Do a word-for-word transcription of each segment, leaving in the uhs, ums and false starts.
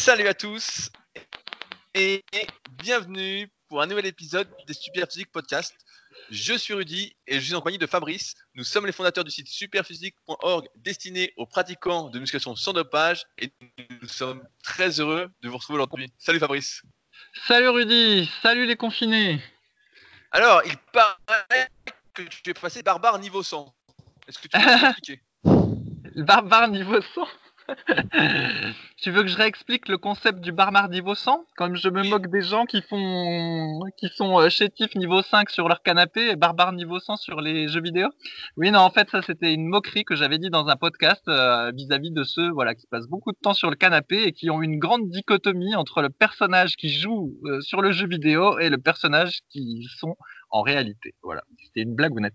Salut à tous et bienvenue pour un nouvel épisode des Superphysique Podcast. Je suis Rudy et je suis en compagnie de Fabrice. Nous sommes les fondateurs du site superphysique point org destiné aux pratiquants de musculation sans dopage et nous sommes très heureux de vous retrouver aujourd'hui. Salut Fabrice. Salut Rudy, salut les confinés. Alors, il paraît que tu es passé barbare niveau cent. Est-ce que tu peux m'expliquer ? Barbare niveau cent. Tu veux que je réexplique le concept du barbare niveau cent ? Comme je me moque des gens qui font, qui sont euh, chétifs niveau cinq sur leur canapé et barbare niveau cent sur les jeux vidéo. Oui, non, en fait, ça c'était une moquerie que j'avais dit dans un podcast euh, vis-à-vis de ceux, voilà, qui passent beaucoup de temps sur le canapé et qui ont une grande dichotomie entre le personnage qui joue euh, sur le jeu vidéo et le personnage qui sont en réalité. Voilà, c'était une blagounette.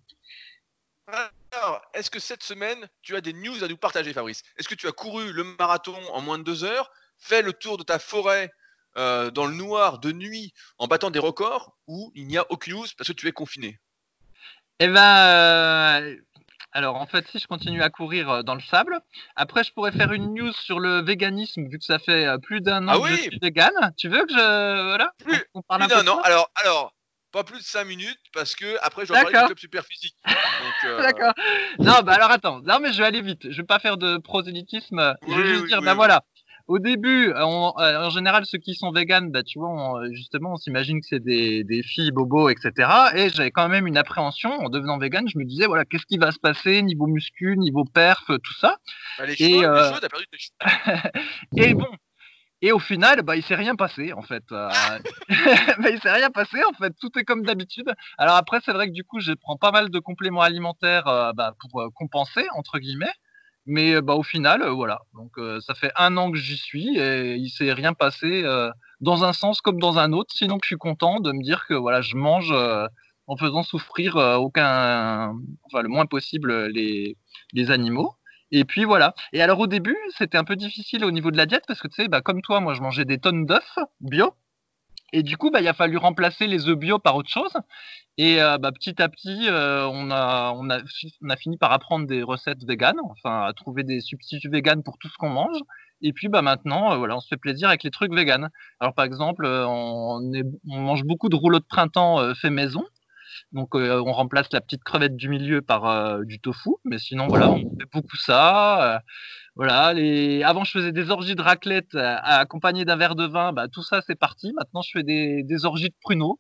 Alors, est-ce que cette semaine, tu as des news à nous partager, Fabrice ? Est-ce que tu as couru le marathon en moins de deux heures, fait le tour de ta forêt euh, dans le noir de nuit en battant des records, ou il n'y a aucune news parce que tu es confiné ? Eh ben, euh, alors en fait, si je continue à courir dans le sable, après je pourrais faire une news sur le véganisme vu que ça fait plus d'un an ah que oui je suis vegan. Tu veux que je voilà Plus, on, on parle plus un peu d'un de an. ça Alors, alors, pas plus de cinq minutes parce que après je vais parler du club Superphysique. Donc, euh... D'accord. Non, bah alors attends. Non, mais je vais aller vite. Je vais pas faire de prosélytisme. Oui, Je vais juste oui, dire, oui, bah oui. voilà. Au début, on, euh, en général, ceux qui sont véganes, bah tu vois, on, justement, on s'imagine que c'est des, des filles bobos, et cetera. Et j'avais quand même une appréhension en devenant végane. Je me disais, voilà, qu'est-ce qui va se passer niveau muscu, niveau perf, tout ça. Bah, les et, cheveux, euh... les cheveux, t'as perdu tes cheveux. Et bon. Et au final, bah, il s'est rien passé, en fait. Euh... bah, il s'est rien passé, en fait. Tout est comme d'habitude. Alors après, c'est vrai que du coup, je prends pas mal de compléments alimentaires euh, bah, pour euh, compenser, entre guillemets. Mais bah, au final, euh, voilà. Donc, euh, ça fait un an que j'y suis et il s'est rien passé euh, dans un sens comme dans un autre. Sinon, que je suis content de me dire que voilà, je mange euh, en faisant souffrir euh, aucun, enfin, le moins possible les, les animaux. Et puis voilà. Et alors au début, c'était un peu difficile au niveau de la diète parce que tu sais, bah, comme toi, moi je mangeais des tonnes d'œufs bio. Et du coup, bah, il a fallu remplacer les œufs bio par autre chose. Et euh, bah, petit à petit, euh, on, a, on, a, on a fini par apprendre des recettes véganes, enfin à trouver des substituts véganes pour tout ce qu'on mange. Et puis bah, maintenant, euh, voilà, on se fait plaisir avec les trucs véganes. Alors par exemple, euh, on, est, on mange beaucoup de rouleaux de printemps euh, fait maison. Donc euh, on remplace la petite crevette du milieu par euh, du tofu, mais sinon voilà, on fait beaucoup ça. Euh, voilà, les... Avant je faisais des orgies de raclette euh, accompagnées d'un verre de vin, bah tout ça c'est parti. Maintenant je fais des, des orgies de pruneaux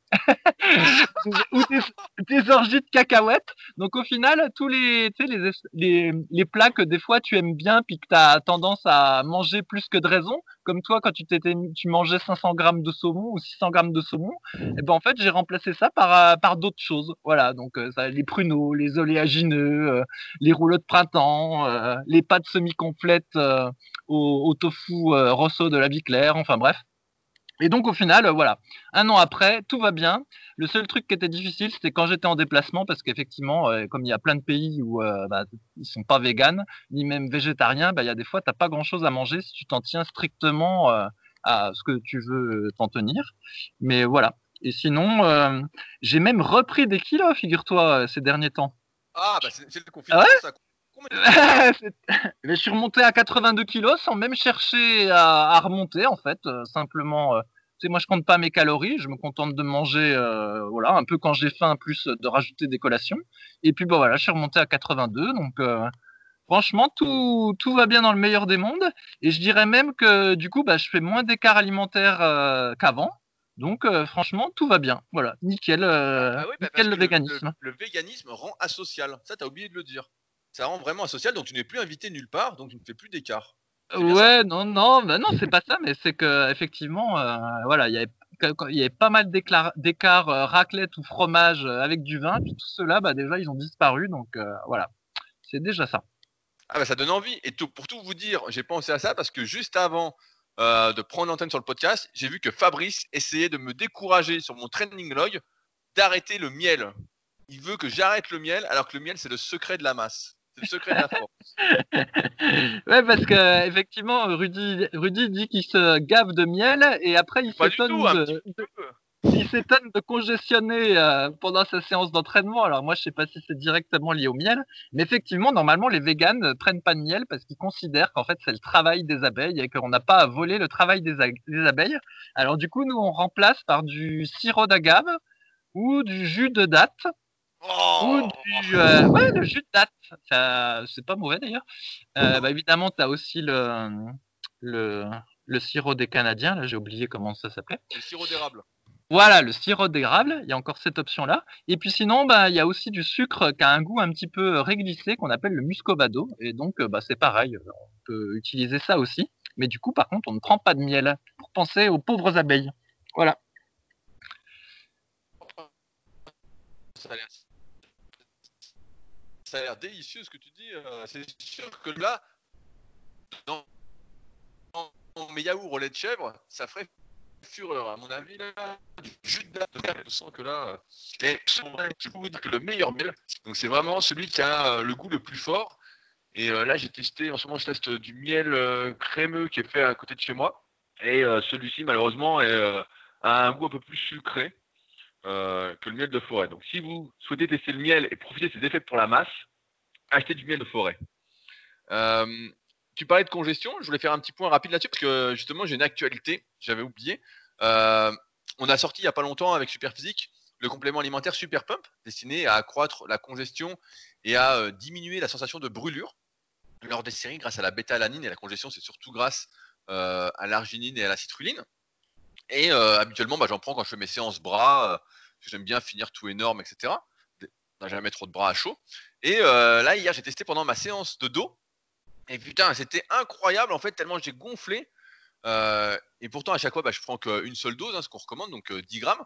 ou des, des orgies de cacahuètes. Donc au final, tous les, tu sais, les, les, les plats que des fois tu aimes bien puis que tu as tendance à manger plus que de raison, comme toi quand tu t'étais, tu mangeais cinq cents grammes de saumon ou six cents grammes de saumon, et ben en fait j'ai remplacé ça par par d'autres choses. Voilà, donc euh, ça, les pruneaux, les oléagineux, euh, les rouleaux de printemps, euh, les pâtes semi-complètes euh, au, au tofu euh, rosso de la vie claire. Enfin bref. Et donc au final, euh, voilà, un an après, tout va bien. Le seul truc qui était difficile, c'était quand j'étais en déplacement, parce qu'effectivement, euh, comme il y a plein de pays où euh, bah, ils sont pas véganes, ni même végétariens, bah, il y a des fois, t'as pas grand-chose à manger si tu t'en tiens strictement euh, à ce que tu veux t'en tenir. Mais voilà. Et sinon, euh, j'ai même repris des kilos, figure-toi, ces derniers temps. Ah, bah c'est, c'est le confinement, Ah ouais ça. Mais je suis remonté à quatre-vingt-deux kilos sans même chercher à, à remonter en fait. Euh, simplement, euh, tu sais, moi je compte pas mes calories, je me contente de manger, euh, voilà, un peu quand j'ai faim, plus de rajouter des collations. Et puis bah voilà, je suis remonté à quatre-vingt-deux, donc euh, franchement tout tout va bien dans le meilleur des mondes. Et je dirais même que du coup bah je fais moins d'écart alimentaire euh, qu'avant. Donc euh, franchement tout va bien, voilà, nickel, euh, Ah, bah oui, bah parce nickel le que le, le, véganisme. le véganisme rend asocial. Ça, t'as oublié de le dire. Ça rend vraiment asocial, donc tu n'es plus invité nulle part, donc tu ne fais plus d'écart. C'est bien ça. Ouais, non, non, bah non, c'est pas ça, mais c'est que effectivement, euh, voilà, il y avait, il y avait pas mal d'écarts euh, raclette ou fromage euh, avec du vin, puis tout cela, bah déjà, ils ont disparu, donc euh, voilà, c'est déjà ça. Ah bah ça donne envie. Et tout, pour tout vous dire, j'ai pensé à ça parce que juste avant euh, de prendre l'antenne sur le podcast, j'ai vu que Fabrice essayait de me décourager sur mon training log d'arrêter le miel. Il veut que j'arrête le miel, alors que le miel, c'est le secret de la masse. C'est le secret de la force. Ouais, parce que effectivement, Rudy, Rudy dit qu'il se gave de miel et après il Pas du tout, s'étonne un de, petit de, peu. il s'étonne de congestionner euh, pendant sa séance d'entraînement. Alors moi, je sais pas si c'est directement lié au miel, mais effectivement, normalement, les véganes ne prennent pas de miel parce qu'ils considèrent qu'en fait, c'est le travail des abeilles et qu'on n'a pas à voler le travail des, des abeilles. Alors du coup, nous, on remplace par du sirop d'agave ou du jus de date ou Oh du euh, ouais, le jus de date. Ça, c'est pas mauvais d'ailleurs. Euh, bah, évidemment, tu as aussi le, le, le sirop des Canadiens. Là, j'ai oublié comment ça s'appelait. Le sirop d'érable. Voilà, le sirop d'érable, il y a encore cette option-là. Et puis sinon, bah, il y a aussi du sucre qui a un goût un petit peu réglissé qu'on appelle le muscovado. Et donc, bah, c'est pareil, on peut utiliser ça aussi. Mais du coup, par contre, on ne prend pas de miel pour penser aux pauvres abeilles. Voilà. Ça a l'air, ça a l'air délicieux ce que tu dis. euh, C'est sûr que là, dans, dans mes yaourts au lait de chèvre, ça ferait fureur. À mon avis, là, du jus de date, je sens que là, euh, et je peux vous dire que le meilleur miel, donc c'est vraiment celui qui a euh, le goût le plus fort. Et euh, là, j'ai testé, en ce moment, je teste du miel euh, crémeux qui est fait à côté de chez moi. Et euh, celui-ci, malheureusement, est, euh, a un goût un peu plus sucré euh, que le miel de forêt. Donc, si vous souhaitez tester le miel et profiter de ses effets pour la masse, achetez du miel de forêt. Euh, Tu parlais de congestion, je voulais faire un petit point rapide là-dessus parce que justement, j'ai une actualité, j'avais oublié. Euh, on a sorti il n'y a pas longtemps avec Superphysique le complément alimentaire Super Pump, destiné à accroître la congestion et à euh, diminuer la sensation de brûlure lors des séries grâce à la bêta-alanine, et la congestion c'est surtout grâce euh, à l'arginine et à la citrulline. Et euh, habituellement bah, j'en prends quand je fais mes séances bras, euh, parce que j'aime bien finir tout énorme, etc. On n'a jamais trop de bras à chaud. Et euh, là hier j'ai testé pendant ma séance de dos, et putain c'était incroyable en fait, tellement j'ai gonflé. Euh, et pourtant à chaque fois bah, je prends qu'une seule dose, hein, ce qu'on recommande, donc euh, dix grammes.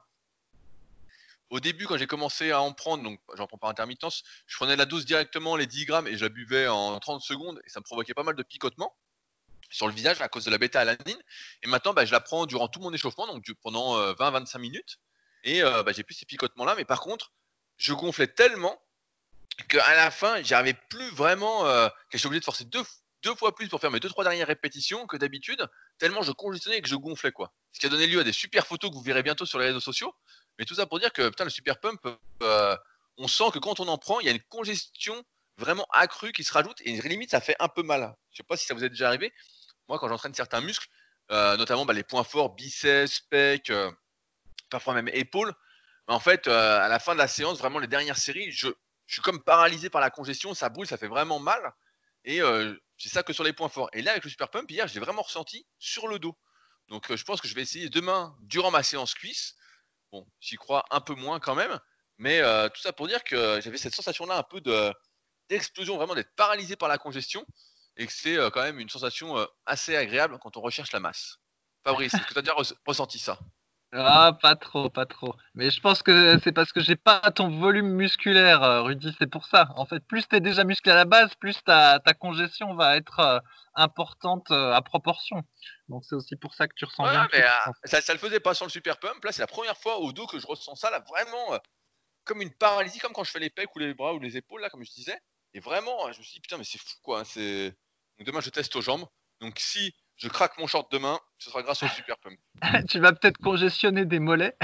Au début, quand j'ai commencé à en prendre, donc j'en prends par intermittence, je prenais la dose directement, les dix grammes, et je la buvais en trente secondes, et ça me provoquait pas mal de picotements sur le visage à cause de la bêta-alanine. Et maintenant, bah, je la prends durant tout mon échauffement, donc pendant euh, vingt à vingt-cinq minutes. Et euh, bah, j'ai plus ces picotements-là. Mais par contre, je gonflais tellement qu'à la fin, j'arrivais plus vraiment. Euh, que j'étais obligé de forcer deux, deux fois plus pour faire mes deux trois dernières répétitions que d'habitude, tellement je congestionnais et que je gonflais, quoi. Ce qui a donné lieu à des super photos que vous verrez bientôt sur les réseaux sociaux. Mais tout ça pour dire que putain, le super pump, euh, on sent que quand on en prend, il y a une congestion vraiment accrue qui se rajoute, et limite ça fait un peu mal. Je sais pas si ça vous est déjà arrivé. Moi, quand j'entraîne certains muscles, euh, notamment bah, les points forts, biceps, pecs, euh, parfois même épaules, en fait, euh, à la fin de la séance, vraiment les dernières séries, je, je suis comme paralysé par la congestion, ça brûle, ça fait vraiment mal. Et euh, c'est ça que sur les points forts. Et là, avec le super pump, hier, j'ai vraiment ressenti sur le dos. Donc, euh, je pense que je vais essayer demain, durant ma séance cuisse. Bon, j'y crois un peu moins quand même. Mais euh, tout ça pour dire que j'avais cette sensation-là un peu de, d'explosion, vraiment d'être paralysé par la congestion. Et que c'est euh, quand même une sensation euh, assez agréable quand on recherche la masse. Fabrice, est-ce que tu as déjà re- ressenti ça? Ah, pas trop, pas trop. Mais je pense que c'est parce que j'ai pas ton volume musculaire, euh, Rudy, c'est pour ça. En fait, plus tu es déjà musclé à la base, plus ta, ta congestion va être euh, importante euh, à proportion. Donc c'est aussi pour ça que tu ressens Ouais, bien le mais truc. euh, Je pense. ça, ça le faisait pas sur le super pump. Là, c'est la première fois au dos que je ressens ça, là, vraiment euh, comme une paralysie, comme quand je fais les pecs ou les bras ou les épaules, là, comme je disais. Et vraiment, euh, je me suis dit, putain, mais c'est fou, quoi. Hein, c'est... Donc, demain, je teste aux jambes. Donc, si je craque mon short demain, ce sera grâce au super pump. Tu vas peut-être congestionner des mollets.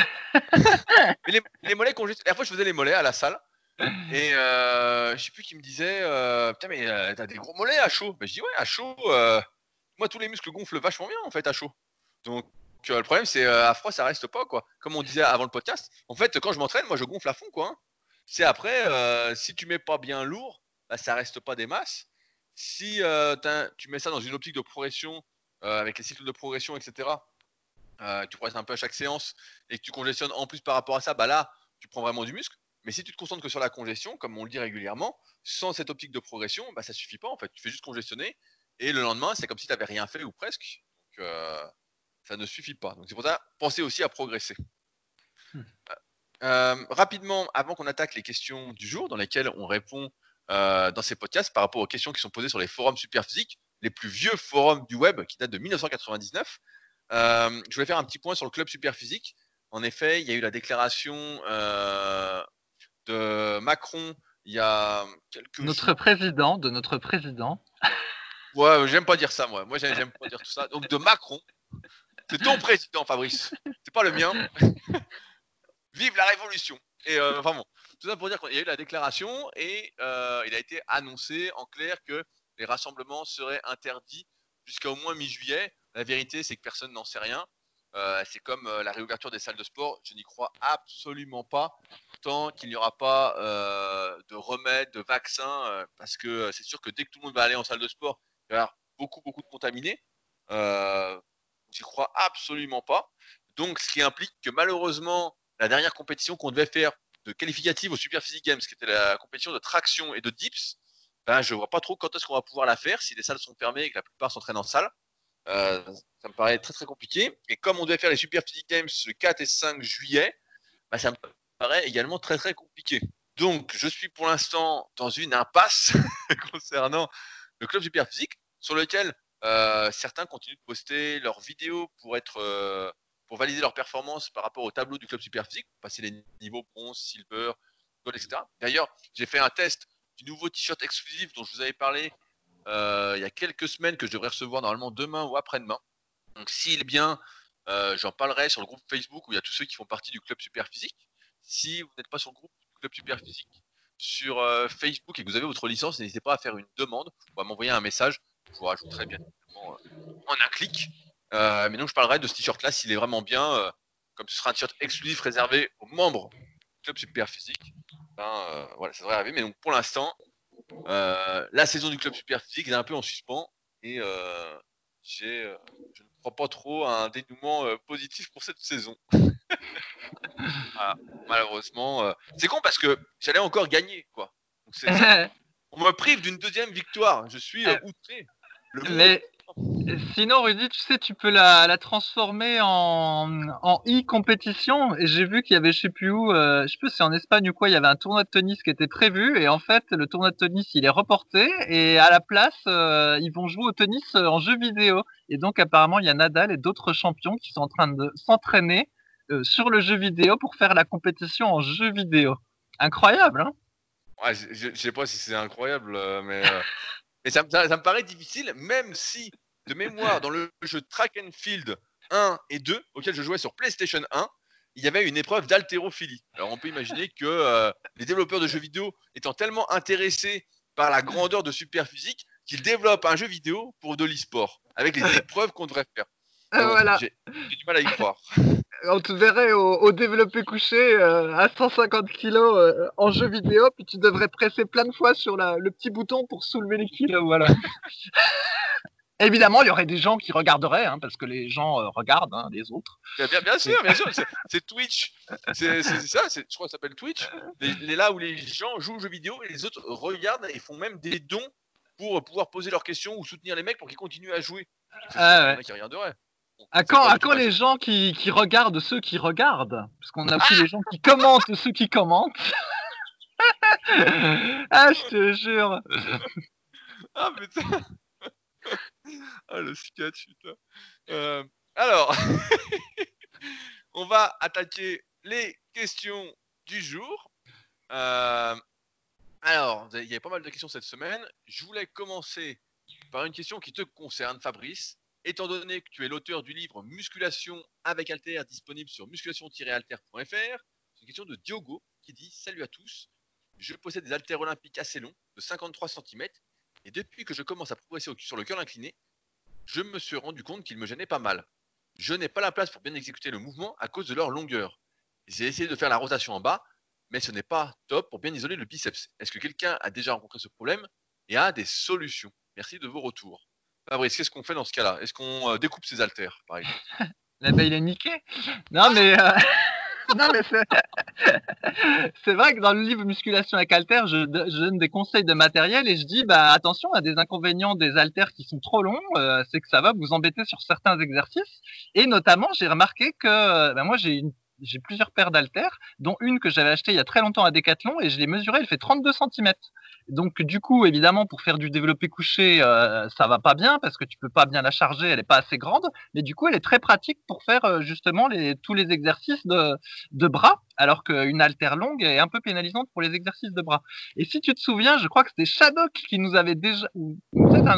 Mais les, les mollets congestionnés. La fois, je faisais les mollets à la salle. Et euh, je sais plus qui me disait, euh, putain, mais euh, t'as des gros mollets à chaud. Ben, je dis, ouais, à chaud, euh, moi, tous les muscles gonflent vachement bien, en fait, à chaud. Donc, euh, le problème, c'est euh, à froid, ça reste pas, quoi. Comme on disait avant le podcast. En fait, quand je m'entraîne, moi, je gonfle à fond, quoi. Hein. C'est après, euh, si tu mets pas bien lourd, bah, ça reste pas des masses. Si euh, tu mets ça dans une optique de progression, euh, avec les cycles de progression, et cetera, euh, tu progresses un peu à chaque séance et que tu congestionnes en plus par rapport à ça, bah là, tu prends vraiment du muscle. Mais si tu te concentres que sur la congestion, comme on le dit régulièrement, sans cette optique de progression, bah ça suffit pas en fait. Tu fais juste congestionner et le lendemain, c'est comme si tu n'avais rien fait ou presque. Donc euh, ça ne suffit pas. Donc c'est pour ça, pensez aussi à progresser. Euh, rapidement, avant qu'on attaque les questions du jour, dans lesquelles on répond euh, dans ces podcasts par rapport aux questions qui sont posées sur les forums Superphysique, les plus vieux forums du web qui datent de mille neuf cent quatre-vingt-dix-neuf. Euh, je voulais faire un petit point sur le club Superphysique. En effet, il y a eu la déclaration euh, de Macron il y a quelques Notre jours. président, de notre président. Ouais, j'aime pas dire ça, moi. Moi, j'aime pas dire tout ça. Donc, de Macron, C'est ton président, Fabrice. C'est pas le mien. Vive la révolution. Et euh, enfin bon, tout ça pour dire qu'il y a eu la déclaration et euh, il a été annoncé en clair que les rassemblements seraient interdits jusqu'à au moins mi-juillet. La vérité, c'est que personne n'en sait rien. Euh, c'est comme euh, la réouverture des salles de sport. Je n'y crois absolument pas tant qu'il n'y aura pas euh, de remède, de vaccin, euh, parce que euh, c'est sûr que dès que tout le monde va aller en salle de sport, il va y avoir beaucoup, beaucoup de contaminés. Euh, j'y crois absolument pas. Donc, ce qui implique que malheureusement, la dernière compétition qu'on devait faire de qualificative au Super Physique Games, qui était la compétition de traction et de dips, ben, je vois pas trop quand est-ce qu'on va pouvoir la faire si les salles sont fermées et que la plupart s'entraînent en salle. Euh, ça me paraît très très compliqué. Et comme on devait faire les Super Physique Games le quatre et cinq juillet, ben, ça me paraît également très très compliqué. Donc, je suis pour l'instant dans une impasse concernant le club Super Physique, sur lequel euh, certains continuent de poster leurs vidéos pour être euh, pour valider leur performance par rapport au tableau du club Super Physique, pour passer les niveaux bronze, silver, gold, et cetera. D'ailleurs, j'ai fait un test du nouveau t-shirt exclusif dont je vous avais parlé euh, il y a quelques semaines, que je devrais recevoir normalement demain ou après-demain. Donc s'il est bien, euh, j'en parlerai sur le groupe Facebook où il y a tous ceux qui font partie du club Super Physique. Si vous n'êtes pas sur le groupe du club Super Physique sur euh, Facebook et que vous avez votre licence, n'hésitez pas à faire une demande ou à m'envoyer un message. Je vous rajouterai bien évidemment euh, en un clic. Euh, mais donc je parlerai de ce t-shirt là s'il est vraiment bien, euh, comme ce sera un t-shirt exclusif réservé aux membres du club Super Physique. Ben, euh, voilà, ça devrait arriver. Mais donc pour l'instant, euh, la saison du club Super Physique est un peu en suspens et euh, j'ai, euh, je ne crois pas trop à un dénouement euh, positif pour cette saison. Voilà, malheureusement, euh, c'est con parce que j'allais encore gagner, quoi. Donc c'est, ça, on me prive d'une deuxième victoire. Je suis euh, outré. Le monde Mais sinon, Rudy, tu sais, tu peux la, la transformer en, en e-compétition. Et j'ai vu qu'il y avait, je sais plus où, euh, je sais plus si c'est en Espagne ou quoi, il y avait un tournoi de tennis qui était prévu. Et en fait, le tournoi de tennis, il est reporté. Et à la place, euh, ils vont jouer au tennis euh, en jeu vidéo. Et donc, apparemment, il y a Nadal et d'autres champions qui sont en train de s'entraîner euh, sur le jeu vidéo pour faire la compétition en jeu vidéo. Incroyable, hein? Ouais, je, je, je sais pas si c'est incroyable, euh, mais, euh, mais ça, ça, ça me paraît difficile, même si, de mémoire, dans le jeu Track and Field un et deux, auquel je jouais sur PlayStation un, il y avait une épreuve d'haltérophilie. Alors on peut imaginer que euh, les développeurs de jeux vidéo étant tellement intéressés par la grandeur de Super Physique qu'ils développent un jeu vidéo pour de l'e-sport, avec les épreuves qu'on devrait faire. Bon, Voilà. J'ai du mal à y croire. On te verrait au, au développé couché euh, à cent cinquante kilos euh, en jeu vidéo, puis tu devrais presser plein de fois sur la, le petit bouton pour soulever les kilos. Voilà. Évidemment, il y aurait des gens qui regarderaient, hein, parce que les gens euh, regardent hein, les autres. Bien, bien, bien sûr, bien sûr, c'est, c'est Twitch. C'est, c'est, c'est ça, c'est, je crois que ça s'appelle Twitch. Les, les là où les gens jouent aux jeux vidéo et les autres regardent et font même des dons pour pouvoir poser leurs questions ou soutenir les mecs pour qu'ils continuent à jouer. C'est Ah, sûr, ouais. il y en a qui regarderaient. Bon, À c'est quand, pas à du tout quand ma les chose. gens qui, qui regardent ceux qui regardent? Parce qu'on a pris les gens qui commentent ceux qui commentent. Ah, je te jure. Ah putain, ah le sketch, putain. Euh, alors, on va attaquer les questions du jour. Euh, alors, il y avait pas mal de questions cette semaine. Je voulais commencer par une question qui te concerne, Fabrice. Étant donné que tu es l'auteur du livre Musculation avec Alter, disponible sur musculation tiret alter point f r, c'est une question de Diogo qui dit: Salut à tous, je possède des haltères olympiques assez longs, de cinquante-trois centimètres, et depuis que je commence à progresser au- sur le curl incliné, je me suis rendu compte qu'ils me gênaient pas mal. Je n'ai pas la place pour bien exécuter le mouvement à cause de leur longueur. J'ai essayé de faire la rotation en bas, mais ce n'est pas top pour bien isoler le biceps. Est-ce que quelqu'un a déjà rencontré ce problème et a des solutions? Merci de vos retours. Fabrice, qu'est-ce qu'on fait dans ce cas-là? Est-ce qu'on euh, découpe ses haltères, par exemple? Là, bah, il est niqué. Non, mais, euh, non, mais c'est, c'est vrai que dans le livre Musculation avec haltères, je, je donne des conseils de matériel et je dis, bah, attention, il y a des inconvénients des haltères qui sont trop longs, euh, c'est que ça va vous embêter sur certains exercices. Et notamment, j'ai remarqué que, bah, moi, j'ai une j'ai plusieurs paires d'haltères, dont une que j'avais achetée il y a très longtemps à Decathlon et je l'ai mesurée, elle fait trente-deux centimètres. Donc du coup, évidemment, pour faire du développé couché, euh, ça va pas bien parce que tu peux pas bien la charger, elle est pas assez grande. Mais du coup, elle est très pratique pour faire euh, justement les, tous les exercices de, de bras, alors qu'une haltère longue est un peu pénalisante pour les exercices de bras. Et si tu te souviens, je crois que c'était Shadok qui nous avait déjà, ou peut-être un autre,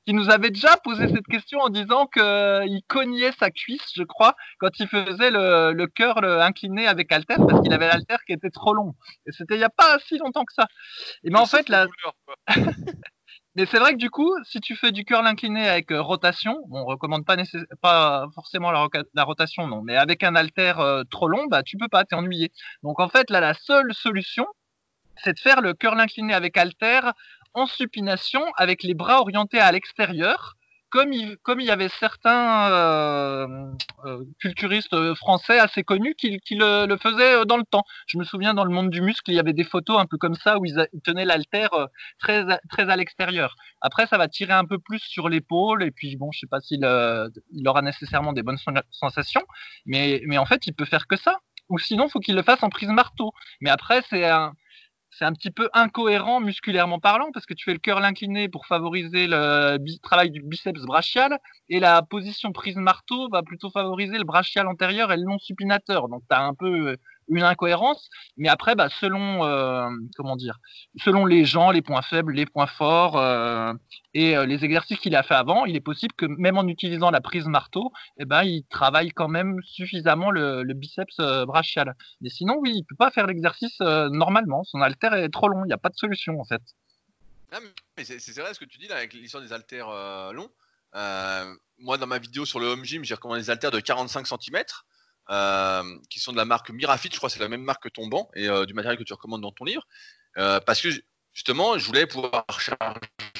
qui nous avait déjà posé cette question en disant qu'il cognait sa cuisse, je crois, quand il faisait le, le curl incliné avec haltère, parce qu'il avait l'haltère qui était trop long. Et c'était il n'y a pas si longtemps que ça. Et mais en fait, la... douleur, quoi. Mais c'est vrai que du coup, si tu fais du curl incliné avec euh, rotation, bon, on recommande pas, nécess... pas forcément la, la rotation, non, mais avec un haltère euh, trop long, bah tu peux pas, t'es ennuyé. Donc en fait, là, la seule solution, c'est de faire le curl incliné avec haltère en supination, avec les bras orientés à l'extérieur, comme il, comme il y avait certains euh, euh, culturistes français assez connus qui, qui le, le faisaient dans le temps. Je me souviens, dans le monde du muscle, il y avait des photos un peu comme ça où ils, a, ils tenaient l'haltère très, très à l'extérieur. Après, ça va tirer un peu plus sur l'épaule, et puis bon, je sais pas s'il euh, il aura nécessairement des bonnes sensations, mais, mais en fait, il peut faire que ça. Ou sinon, il faut qu'il le fasse en prise marteau. Mais après, c'est un... c'est un petit peu incohérent musculairement parlant parce que tu fais le curl incliné pour favoriser le bi- travail du biceps brachial et la position prise marteau va plutôt favoriser le brachial antérieur et le non supinateur. Donc tu as un peu une incohérence, mais après bah, selon euh, comment dire, selon les gens, les points faibles, les points forts euh, et euh, les exercices qu'il a fait avant, il est possible que même en utilisant la prise marteau, eh ben il travaille quand même suffisamment le, le biceps euh, brachial. Mais sinon, oui, il peut pas faire l'exercice euh, normalement. Son haltère est trop long. Il n'y a pas de solution en fait. Ah, mais c'est, c'est vrai ce que tu dis là avec l'histoire des haltères euh, longs. Euh, moi, dans ma vidéo sur le home gym, j'ai recommandé des haltères de quarante-cinq centimètres euh, qui sont de la marque Mirafit. Je crois que c'est la même marque que ton banc et euh, du matériel que tu recommandes dans ton livre. Euh, parce que justement, je voulais pouvoir charger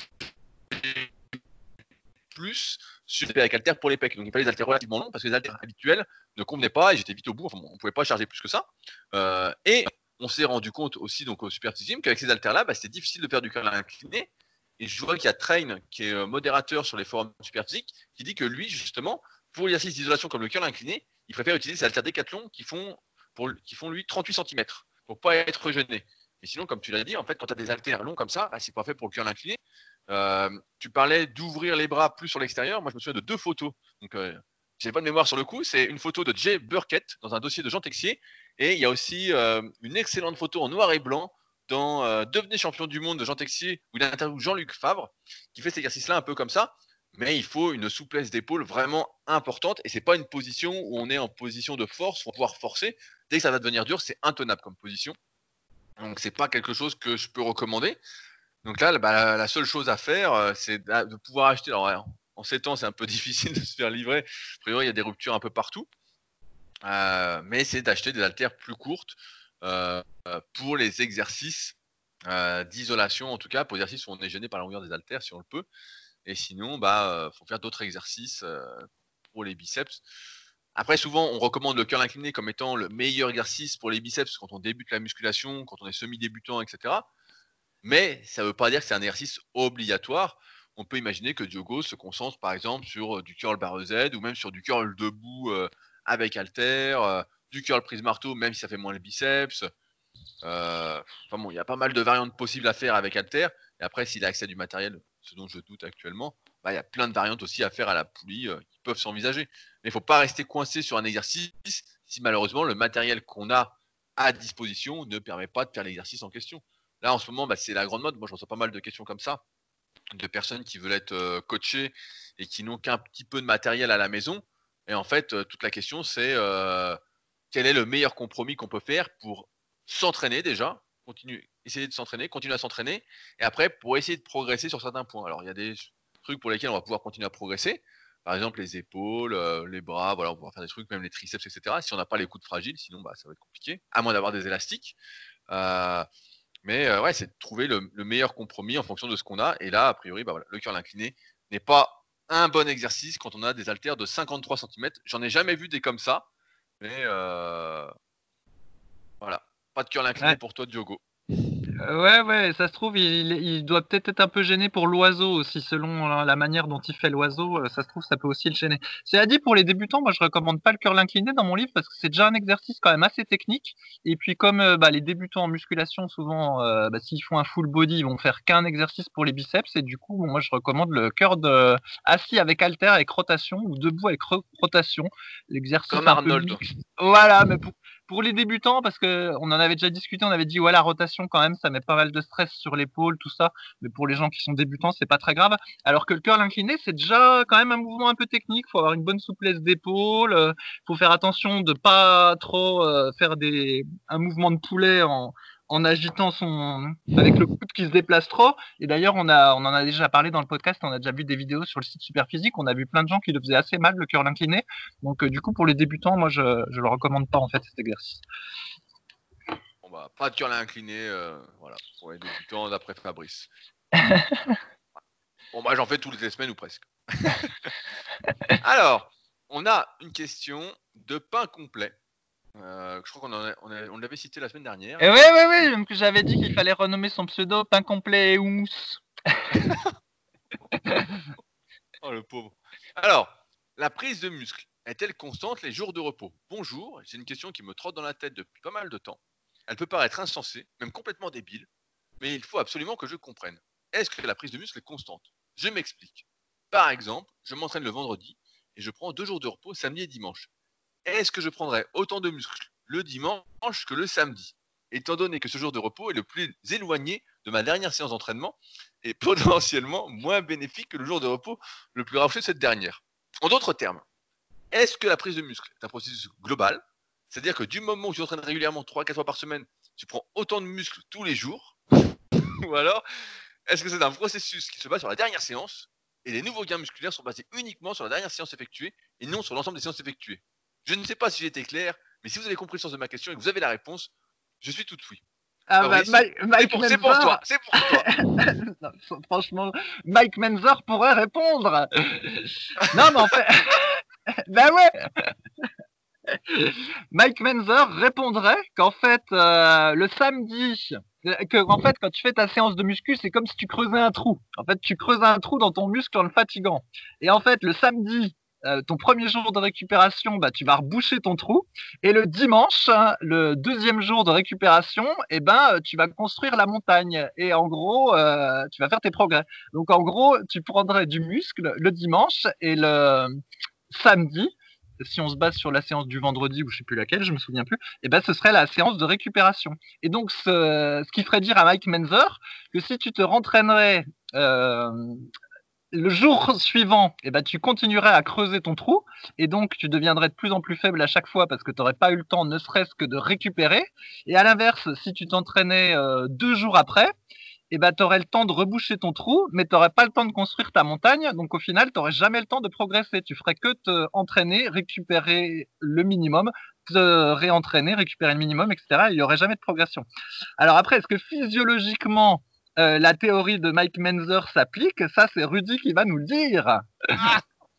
plus sur les haltères pour les pecs. Donc il fallait des haltères relativement longs parce que les haltères habituels ne convenaient pas et j'étais vite au bout. Enfin, bon, on ne pouvait pas charger plus que ça. Euh, et on s'est rendu compte aussi donc au Super Gym qu'avec ces haltères-là, bah, c'était difficile de faire du curl incliné. Et je vois qu'il y a Train qui est modérateur sur les forums Super Physique qui dit que lui justement pour l'exercice d'isolation comme le curl incliné, il préfère utiliser ces haltères Décathlon qui font pour, qui font lui trente-huit centimètres pour pas être gêné. Mais sinon, comme tu l'as dit, en fait, quand tu as des haltères longs comme ça, bah, c'est pas fait pour le curl incliné. Euh, tu parlais d'ouvrir les bras plus sur l'extérieur. Moi, je me souviens de deux photos. Donc, euh, j'ai pas de mémoire sur le coup. C'est une photo de Jay Burkett dans un dossier de Jean Texier. Et il y a aussi euh, une excellente photo en noir et blanc dans euh, Devenez champion du monde de Jean Texier, où il interviewe Jean-Luc Favre, qui fait cet exercice-là un peu comme ça. Mais il faut une souplesse d'épaule vraiment importante. Et c'est pas une position où on est en position de force, où on va pouvoir forcer. Dès que ça va devenir dur, c'est intenable comme position. Donc, c'est pas quelque chose que je peux recommander. Donc là, bah, la seule chose à faire, c'est de pouvoir acheter. Alors, en sept ans, c'est un peu difficile de se faire livrer. A priori, il y a des ruptures un peu partout. Euh, mais c'est d'acheter des haltères plus courtes euh, pour les exercices euh, d'isolation, en tout cas, pour les exercices où on est gêné par la longueur des haltères, si on le peut. Et sinon, bah, euh, faut faire d'autres exercices euh, pour les biceps. Après, souvent, on recommande le curl incliné comme étant le meilleur exercice pour les biceps quand on débute la musculation, quand on est semi-débutant, et cetera. Mais ça ne veut pas dire que c'est un exercice obligatoire. On peut imaginer que Diogo se concentre par exemple sur du curl barre Z ou même sur du curl debout euh, avec halter, euh, du curl prise marteau même si ça fait moins le biceps. Euh, enfin bon, il y a pas mal de variantes possibles à faire avec halter. Et après, s'il a accès à du matériel, ce dont je doute actuellement, bah, il y a plein de variantes aussi à faire à la poulie euh, qui peuvent s'envisager. Mais il ne faut pas rester coincé sur un exercice si malheureusement le matériel qu'on a à disposition ne permet pas de faire l'exercice en question. Là, en ce moment, bah, c'est la grande mode. Moi, je reçois pas mal de questions comme ça, de personnes qui veulent être euh, coachées et qui n'ont qu'un petit peu de matériel à la maison. Et en fait, euh, toute la question, c'est euh, quel est le meilleur compromis qu'on peut faire pour s'entraîner déjà, continuer, essayer de s'entraîner, continuer à s'entraîner, et après, pour essayer de progresser sur certains points. Alors, il y a des trucs pour lesquels on va pouvoir continuer à progresser. Par exemple, les épaules, euh, les bras, voilà, on va pouvoir faire des trucs, même les triceps, et cetera. Si on n'a pas les coudes fragiles, sinon, bah, ça va être compliqué, à moins d'avoir des élastiques. Euh, mais euh, ouais, c'est de trouver le, le meilleur compromis en fonction de ce qu'on a. Et là, a priori, bah voilà, le curl incliné n'est pas un bon exercice quand on a des haltères de cinquante-trois centimètres. J'en ai jamais vu des comme ça. Mais euh, voilà, pas de curl incliné ouais. Pour toi, Diogo. Ouais, ouais, ça se trouve, il, il doit peut-être être un peu gêné pour l'oiseau aussi, selon la manière dont il fait l'oiseau. Ça se trouve, ça peut aussi le gêner. C'est dit pour les débutants, moi je recommande pas le curl incliné dans mon livre parce que c'est déjà un exercice quand même assez technique. Et puis comme bah, les débutants en musculation, souvent, euh, bah, s'ils font un full body, ils vont faire qu'un exercice pour les biceps. Et du coup, moi je recommande le curl de... assis avec halter avec rotation ou debout avec rotation. L'exercice comme un Arnold. peu mixte. Voilà, mais pour pour les débutants, parce que on en avait déjà discuté, on avait dit ouais la rotation quand même, ça met pas mal de stress sur l'épaule, tout ça. Mais pour les gens qui sont débutants, c'est pas très grave. Alors que le curl incliné, c'est déjà quand même un mouvement un peu technique. Faut avoir une bonne souplesse d'épaule. Euh, faut faire attention de pas trop euh, faire des un mouvement de poulet en en agitant son avec le coude qui se déplace trop. Et d'ailleurs, on a on en a déjà parlé dans le podcast, on a déjà vu des vidéos sur le site Superphysique, on a vu plein de gens qui le faisaient assez mal le curl incliné. Donc euh, du coup pour les débutants, moi je je le recommande pas en fait cet exercice. Bon bah pas de curl incliné, euh, voilà, pour les débutants d'après Fabrice. Bon bah j'en fais toutes les semaines ou presque. Alors, on a une question de pain complet. Euh, je crois qu'on en a, on, a, on l'avait cité la semaine dernière. Et oui, oui, oui, même que j'avais dit qu'il fallait renommer son pseudo pain complet et houmous. Oh le pauvre. Alors, la prise de muscle est-elle constante les jours de repos? Bonjour, c'est une question qui me trotte dans la tête depuis pas mal de temps. Elle peut paraître insensée, même complètement débile, mais il faut absolument que je comprenne. Est-ce que la prise de muscle est constante? Je m'explique. Par exemple, je m'entraîne le vendredi et je prends deux jours de repos samedi et dimanche. Est-ce que je prendrai autant de muscles le dimanche que le samedi, étant donné que ce jour de repos est le plus éloigné de ma dernière séance d'entraînement et potentiellement moins bénéfique que le jour de repos le plus rapproché de cette dernière? En d'autres termes, est-ce que la prise de muscle est un processus global, c'est-à-dire que du moment où tu t'entraînes régulièrement trois à quatre fois par semaine, tu prends autant de muscles tous les jours, ou alors est-ce que c'est un processus qui se base sur la dernière séance et les nouveaux gains musculaires sont basés uniquement sur la dernière séance effectuée et non sur l'ensemble des séances effectuées? Je ne sais pas si j'ai été clair, mais si vous avez compris le sens de ma question et que vous avez la réponse, je suis tout oui. Ah bah, Fabrice, Mike, c'est Mike pour, Menzer. c'est pour toi, c'est pour toi. Non, franchement, Mike Menzer pourrait répondre. Non, mais en fait, bah ouais. Mike Menzer répondrait qu'en fait, euh, le samedi, que en fait, quand tu fais ta séance de muscu, c'est comme si tu creusais un trou. En fait, tu creuses un trou dans ton muscle en le fatiguant. Et en fait, le samedi, euh, ton premier jour de récupération, bah, tu vas reboucher ton trou. Et le dimanche, hein, le deuxième jour de récupération, eh ben, tu vas construire la montagne. Et en gros, euh, tu vas faire tes progrès. Donc, en gros, tu prendrais du muscle le dimanche et le samedi, si on se base sur la séance du vendredi ou je sais plus laquelle, je me souviens plus, et ben ce serait la séance de récupération. Et donc ce, ce qui ferait dire à Mike Menzer que si tu te rentraînerais euh, le jour suivant, eh ben, tu continuerais à creuser ton trou et donc tu deviendrais de plus en plus faible à chaque fois parce que tu n'aurais pas eu le temps ne serait-ce que de récupérer. Et à l'inverse, si tu t'entraînais euh, deux jours après, eh ben, tu aurais le temps de reboucher ton trou, mais tu n'aurais pas le temps de construire ta montagne. Donc, au final, tu n'aurais jamais le temps de progresser. Tu ferais que te entraîner, récupérer le minimum, te réentraîner, récupérer le minimum, et cetera. Il n'y aurait jamais de progression. Alors après, est-ce que physiologiquement, euh, la théorie de Mike Menzer s'applique? Ça, c'est Rudy qui va nous le dire. Ah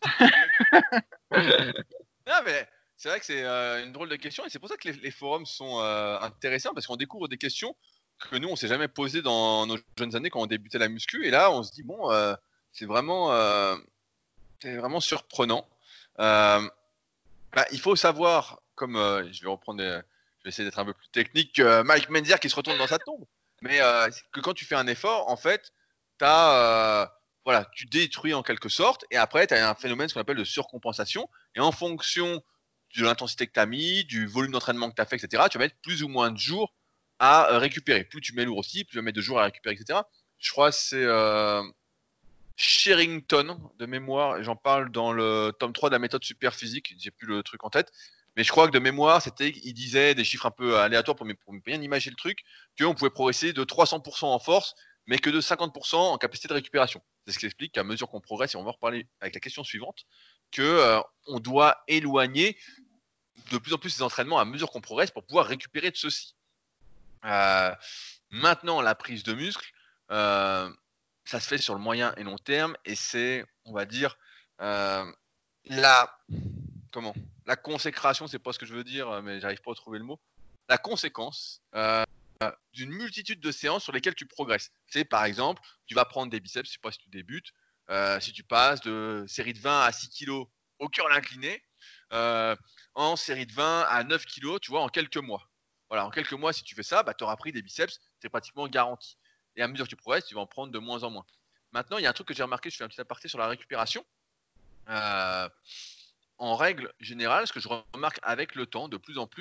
non, mais c'est vrai que c'est euh, une drôle de question et c'est pour ça que les, les forums sont euh, intéressants parce qu'on découvre des questions que nous on s'est jamais posées dans nos jeunes années quand on débutait la muscu et là on se dit bon euh, c'est vraiment euh, c'est vraiment surprenant. Euh, bah, il faut savoir comme euh, je vais reprendre des- je vais essayer d'être un peu plus technique que Mike Menzer qui se retourne dans sa tombe mais euh, que quand tu fais un effort en fait t'as euh, voilà tu détruis en quelque sorte et après tu as un phénomène ce qu'on appelle de surcompensation et en fonction de l'intensité que tu as mis, du volume d'entraînement que tu as fait, et cetera, tu vas mettre plus ou moins de jours à euh, récupérer. Plus tu mets lourd aussi, plus tu vas mettre de jours à récupérer, et cetera. Je crois que c'est euh, Sherrington de mémoire, j'en parle dans le tome trois de la méthode super physique, j'ai plus le truc en tête, mais je crois que de mémoire, c'était, il disait des chiffres un peu aléatoires pour, pour bien imaginer le truc, qu'on pouvait progresser de trois cents pour cent en force, mais que de cinquante pour cent en capacité de récupération. C'est ce qui explique qu'à mesure qu'on progresse, et on va en reparler avec la question suivante, que euh, on doit éloigner de plus en plus ces entraînements à mesure qu'on progresse pour pouvoir récupérer de ceux-ci. Euh, maintenant, la prise de muscle, euh, ça se fait sur le moyen et long terme et c'est, on va dire, euh, la, comment, la consécration, c'est pas ce que je veux dire, mais j'arrive pas à trouver le mot. La conséquence euh, d'une multitude de séances sur lesquelles tu progresses. C'est par exemple, tu vas prendre des biceps, je sais pas si tu débutes, euh, si tu passes de série de vingt à six kilos au curl incliné, euh, en série de vingt à neuf kilos, tu vois, en quelques mois. Voilà, en quelques mois, si tu fais ça, bah, tu auras pris des biceps, c'est pratiquement garanti. Et à mesure que tu progresses, tu vas en prendre de moins en moins. Maintenant, il y a un truc que j'ai remarqué, je fais un petit aparté sur la récupération. Euh, en règle générale, ce que je remarque avec le temps, de plus en plus,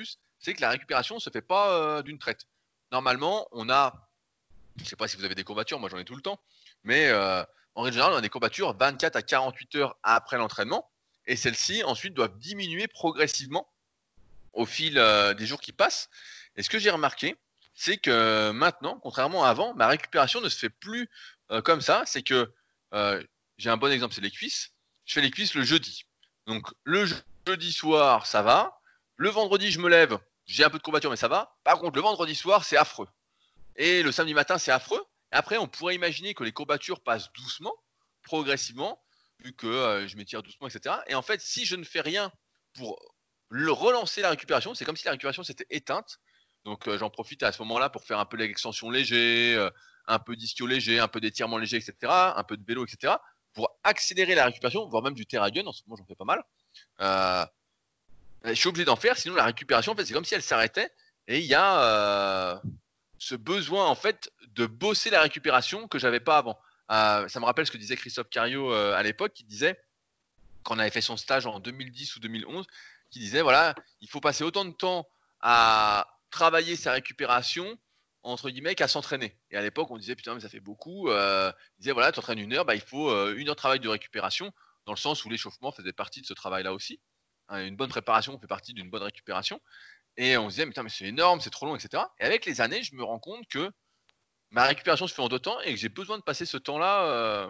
c'est que la récupération se fait pas euh, d'une traite. Normalement, on a, je sais pas si vous avez des courbatures, moi j'en ai tout le temps, mais euh, en règle générale, on a des courbatures vingt-quatre à quarante-huit heures après l'entraînement, et celles-ci ensuite doivent diminuer progressivement au fil euh, des jours qui passent. Et ce que j'ai remarqué, c'est que maintenant, contrairement à avant, ma récupération ne se fait plus euh, comme ça. C'est que euh, j'ai un bon exemple, c'est les cuisses. Je fais les cuisses le jeudi. Donc le je- jeudi soir, ça va. Le vendredi, je me lève, j'ai un peu de courbature, mais ça va. Par contre, le vendredi soir, c'est affreux. Et le samedi matin, c'est affreux. Et après, on pourrait imaginer que les courbatures passent doucement, progressivement, vu que euh, je m'étire doucement, et cetera. Et en fait, si je ne fais rien pour le relancer la récupération, c'est comme si la récupération s'était éteinte. Donc euh, j'en profite à ce moment-là pour faire un peu d'extension léger, euh, un peu d'ischio léger, un peu d'étirement léger, et cetera. Un peu de vélo, et cetera. Pour accélérer la récupération, voire même du TerraGun. En ce moment, j'en fais pas mal. Euh, je suis obligé d'en faire, sinon la récupération, en fait, c'est comme si elle s'arrêtait. Et il y a euh, ce besoin, en fait, de bosser la récupération que j'avais pas avant. Euh, ça me rappelle ce que disait Christophe Cario euh, à l'époque, qui disait, quand on avait fait son stage en deux mille dix ou deux mille onze, qui disait, voilà, il faut passer autant de temps à travailler sa récupération, entre guillemets, qu'à s'entraîner. Et à l'époque, on disait, putain, mais ça fait beaucoup. Euh, il disait, voilà, tu entraînes une heure, bah, il faut euh, une heure de travail de récupération, dans le sens où l'échauffement faisait partie de ce travail-là aussi. Hein, une bonne préparation fait partie d'une bonne récupération. Et on se disait, putain, mais c'est énorme, c'est trop long, et cetera. Et avec les années, je me rends compte que ma récupération se fait en deux temps et que j'ai besoin de passer ce temps-là euh,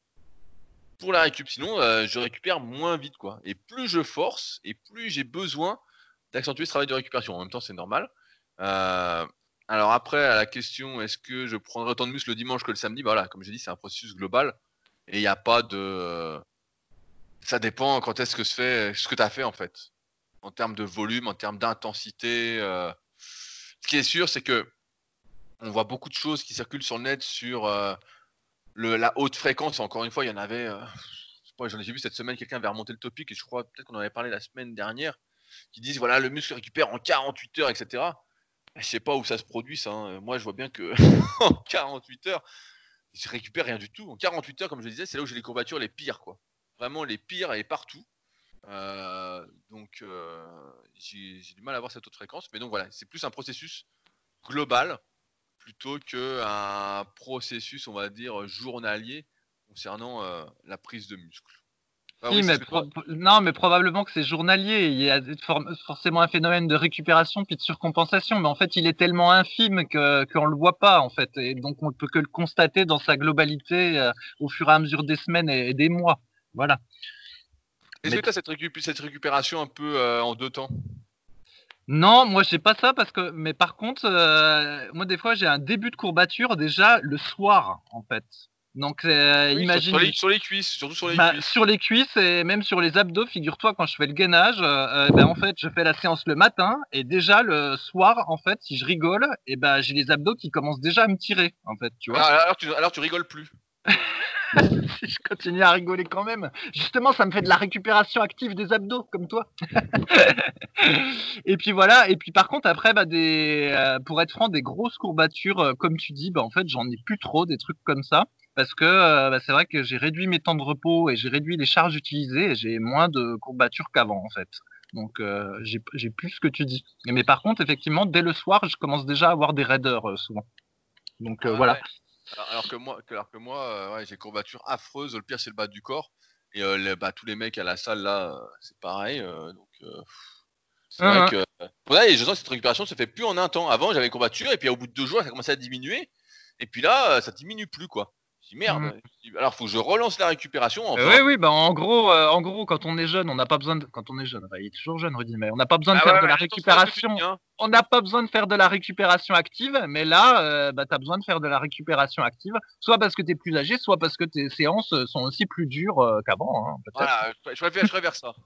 pour la récup. Sinon, euh, je récupère moins vite, quoi. Et plus je force, et plus j'ai besoin d'accentuer ce travail de récupération. En même temps, c'est normal. Euh, alors après, à la question, est-ce que je prendrai autant de muscles le dimanche que le samedi? Bah voilà, comme j'ai dit, c'est un processus global. Et il n'y a pas de... Ça dépend quand est-ce que se fait, ce que tu as fait, en fait. En termes de volume, en termes d'intensité. Euh... Ce qui est sûr, c'est que on voit beaucoup de choses qui circulent sur le net sur euh, le, la haute fréquence. Encore une fois, il y en avait... Euh... J'en ai vu cette semaine, quelqu'un avait remonté le topic, et je crois peut-être qu'on en avait parlé la semaine dernière, qui disent voilà, le muscle récupère en quarante-huit heures, et cetera. Je sais pas où ça se produit, ça. Hein. Moi, je vois bien que en quarante-huit heures, je récupère rien du tout. En quarante-huit heures, comme je le disais, c'est là où j'ai les courbatures les pires, quoi. Vraiment les pires et partout. Euh, donc, euh, j'ai, j'ai du mal à avoir cette haute fréquence. Mais donc voilà, c'est plus un processus global plutôt qu'un processus, on va dire, journalier concernant euh, la prise de muscle. Ah Si, oui, mais pro- non, mais probablement que c'est journalier. Il y a for- forcément un phénomène de récupération puis de surcompensation, mais en fait, il est tellement infime que qu'on le voit pas en fait, et donc on ne peut que le constater dans sa globalité euh, au fur et à mesure des semaines et, et des mois. Voilà. Est-ce Mais que tu as cette, récup- cette récupération un peu euh, en deux temps? non, moi j'ai pas ça parce que, mais par contre, euh, moi des fois j'ai un début de courbature déjà le soir en fait. Donc euh, Oui, sur, imagine sur les, sur les cuisses, surtout sur les bah, cuisses. sur les cuisses et même sur les abdos, figure-toi, quand je fais le gainage, euh, ben, en fait, je fais la séance le matin et déjà le soir, en fait, si je rigole, et ben, j'ai les abdos qui commencent déjà à me tirer, en fait, tu vois. Alors, alors, tu, alors tu rigoles plus. Si je continue à rigoler quand même, justement, ça me fait de la récupération active des abdos, comme toi. Et puis voilà, et puis par contre, après, bah, des, euh, pour être franc, des grosses courbatures, euh, comme tu dis, bah, en fait, j'en ai plus trop, des trucs comme ça. Parce que euh, bah, c'est vrai que j'ai réduit mes temps de repos et j'ai réduit les charges utilisées et j'ai moins de courbatures qu'avant en fait. Donc euh, j'ai, j'ai plus ce que tu dis. Mais par contre, effectivement, dès le soir, je commence déjà à avoir des raideurs euh, souvent. Donc euh, Ouais, voilà. ouais. Alors, alors que moi, alors que moi euh, ouais, j'ai courbature affreuse. Le pire, c'est le bas du corps. Et euh, les- bah, tous les mecs à la salle, là, euh, c'est pareil. euh, donc, euh, c'est vrai Hein, que. Euh, ouais, et je sens que cette récupération se fait plus en un temps. Avant, j'avais une courbature, et puis au bout de deux jours, ça commençait à diminuer. Et puis là, euh, ça diminue plus, quoi. Je dis hein. merde. Je dis, alors, faut que je relance la récupération, Euh, enfin. oui, oui, bah en gros, euh, en gros, quand on est jeune, on n'a pas besoin de, quand on est jeune, bah, il est toujours jeune, Rudy, mais on n'a pas besoin de Ah ouais, faire de ouais, la attention à ce que tu récupération. dis, hein. On n'a pas besoin de faire de la récupération active, mais là, euh, bah, tu as besoin de faire de la récupération active, soit parce que tu es plus âgé, soit parce que tes séances sont aussi plus dures euh, qu'avant, hein, peut-être. Voilà, je, je préfère, je préfère ça.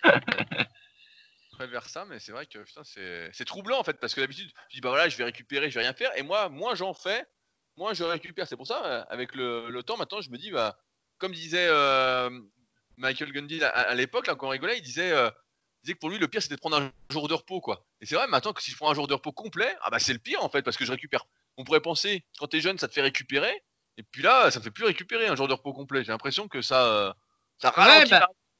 Je préfère ça, mais c'est vrai que putain, c'est, c'est troublant en fait, parce que d'habitude, je dis bah voilà, je vais récupérer, je vais rien faire, et moi, moins j'en fais, moins je récupère. C'est pour ça, euh, avec le, le temps, maintenant, je me dis, bah, comme disait euh, Michael Gundy à, à l'époque, là, quand on rigolait, il disait, euh, il disait que pour lui, le pire, c'était de prendre un jour de repos, quoi. Et c'est vrai, maintenant que si je prends un jour de repos complet, ah bah c'est le pire en fait, parce que je récupère. On pourrait penser, quand t'es jeune, ça te fait récupérer, et puis là, ça me fait plus récupérer un jour de repos complet. J'ai l'impression que ça, euh, ça Ouais, ralentit bah, la.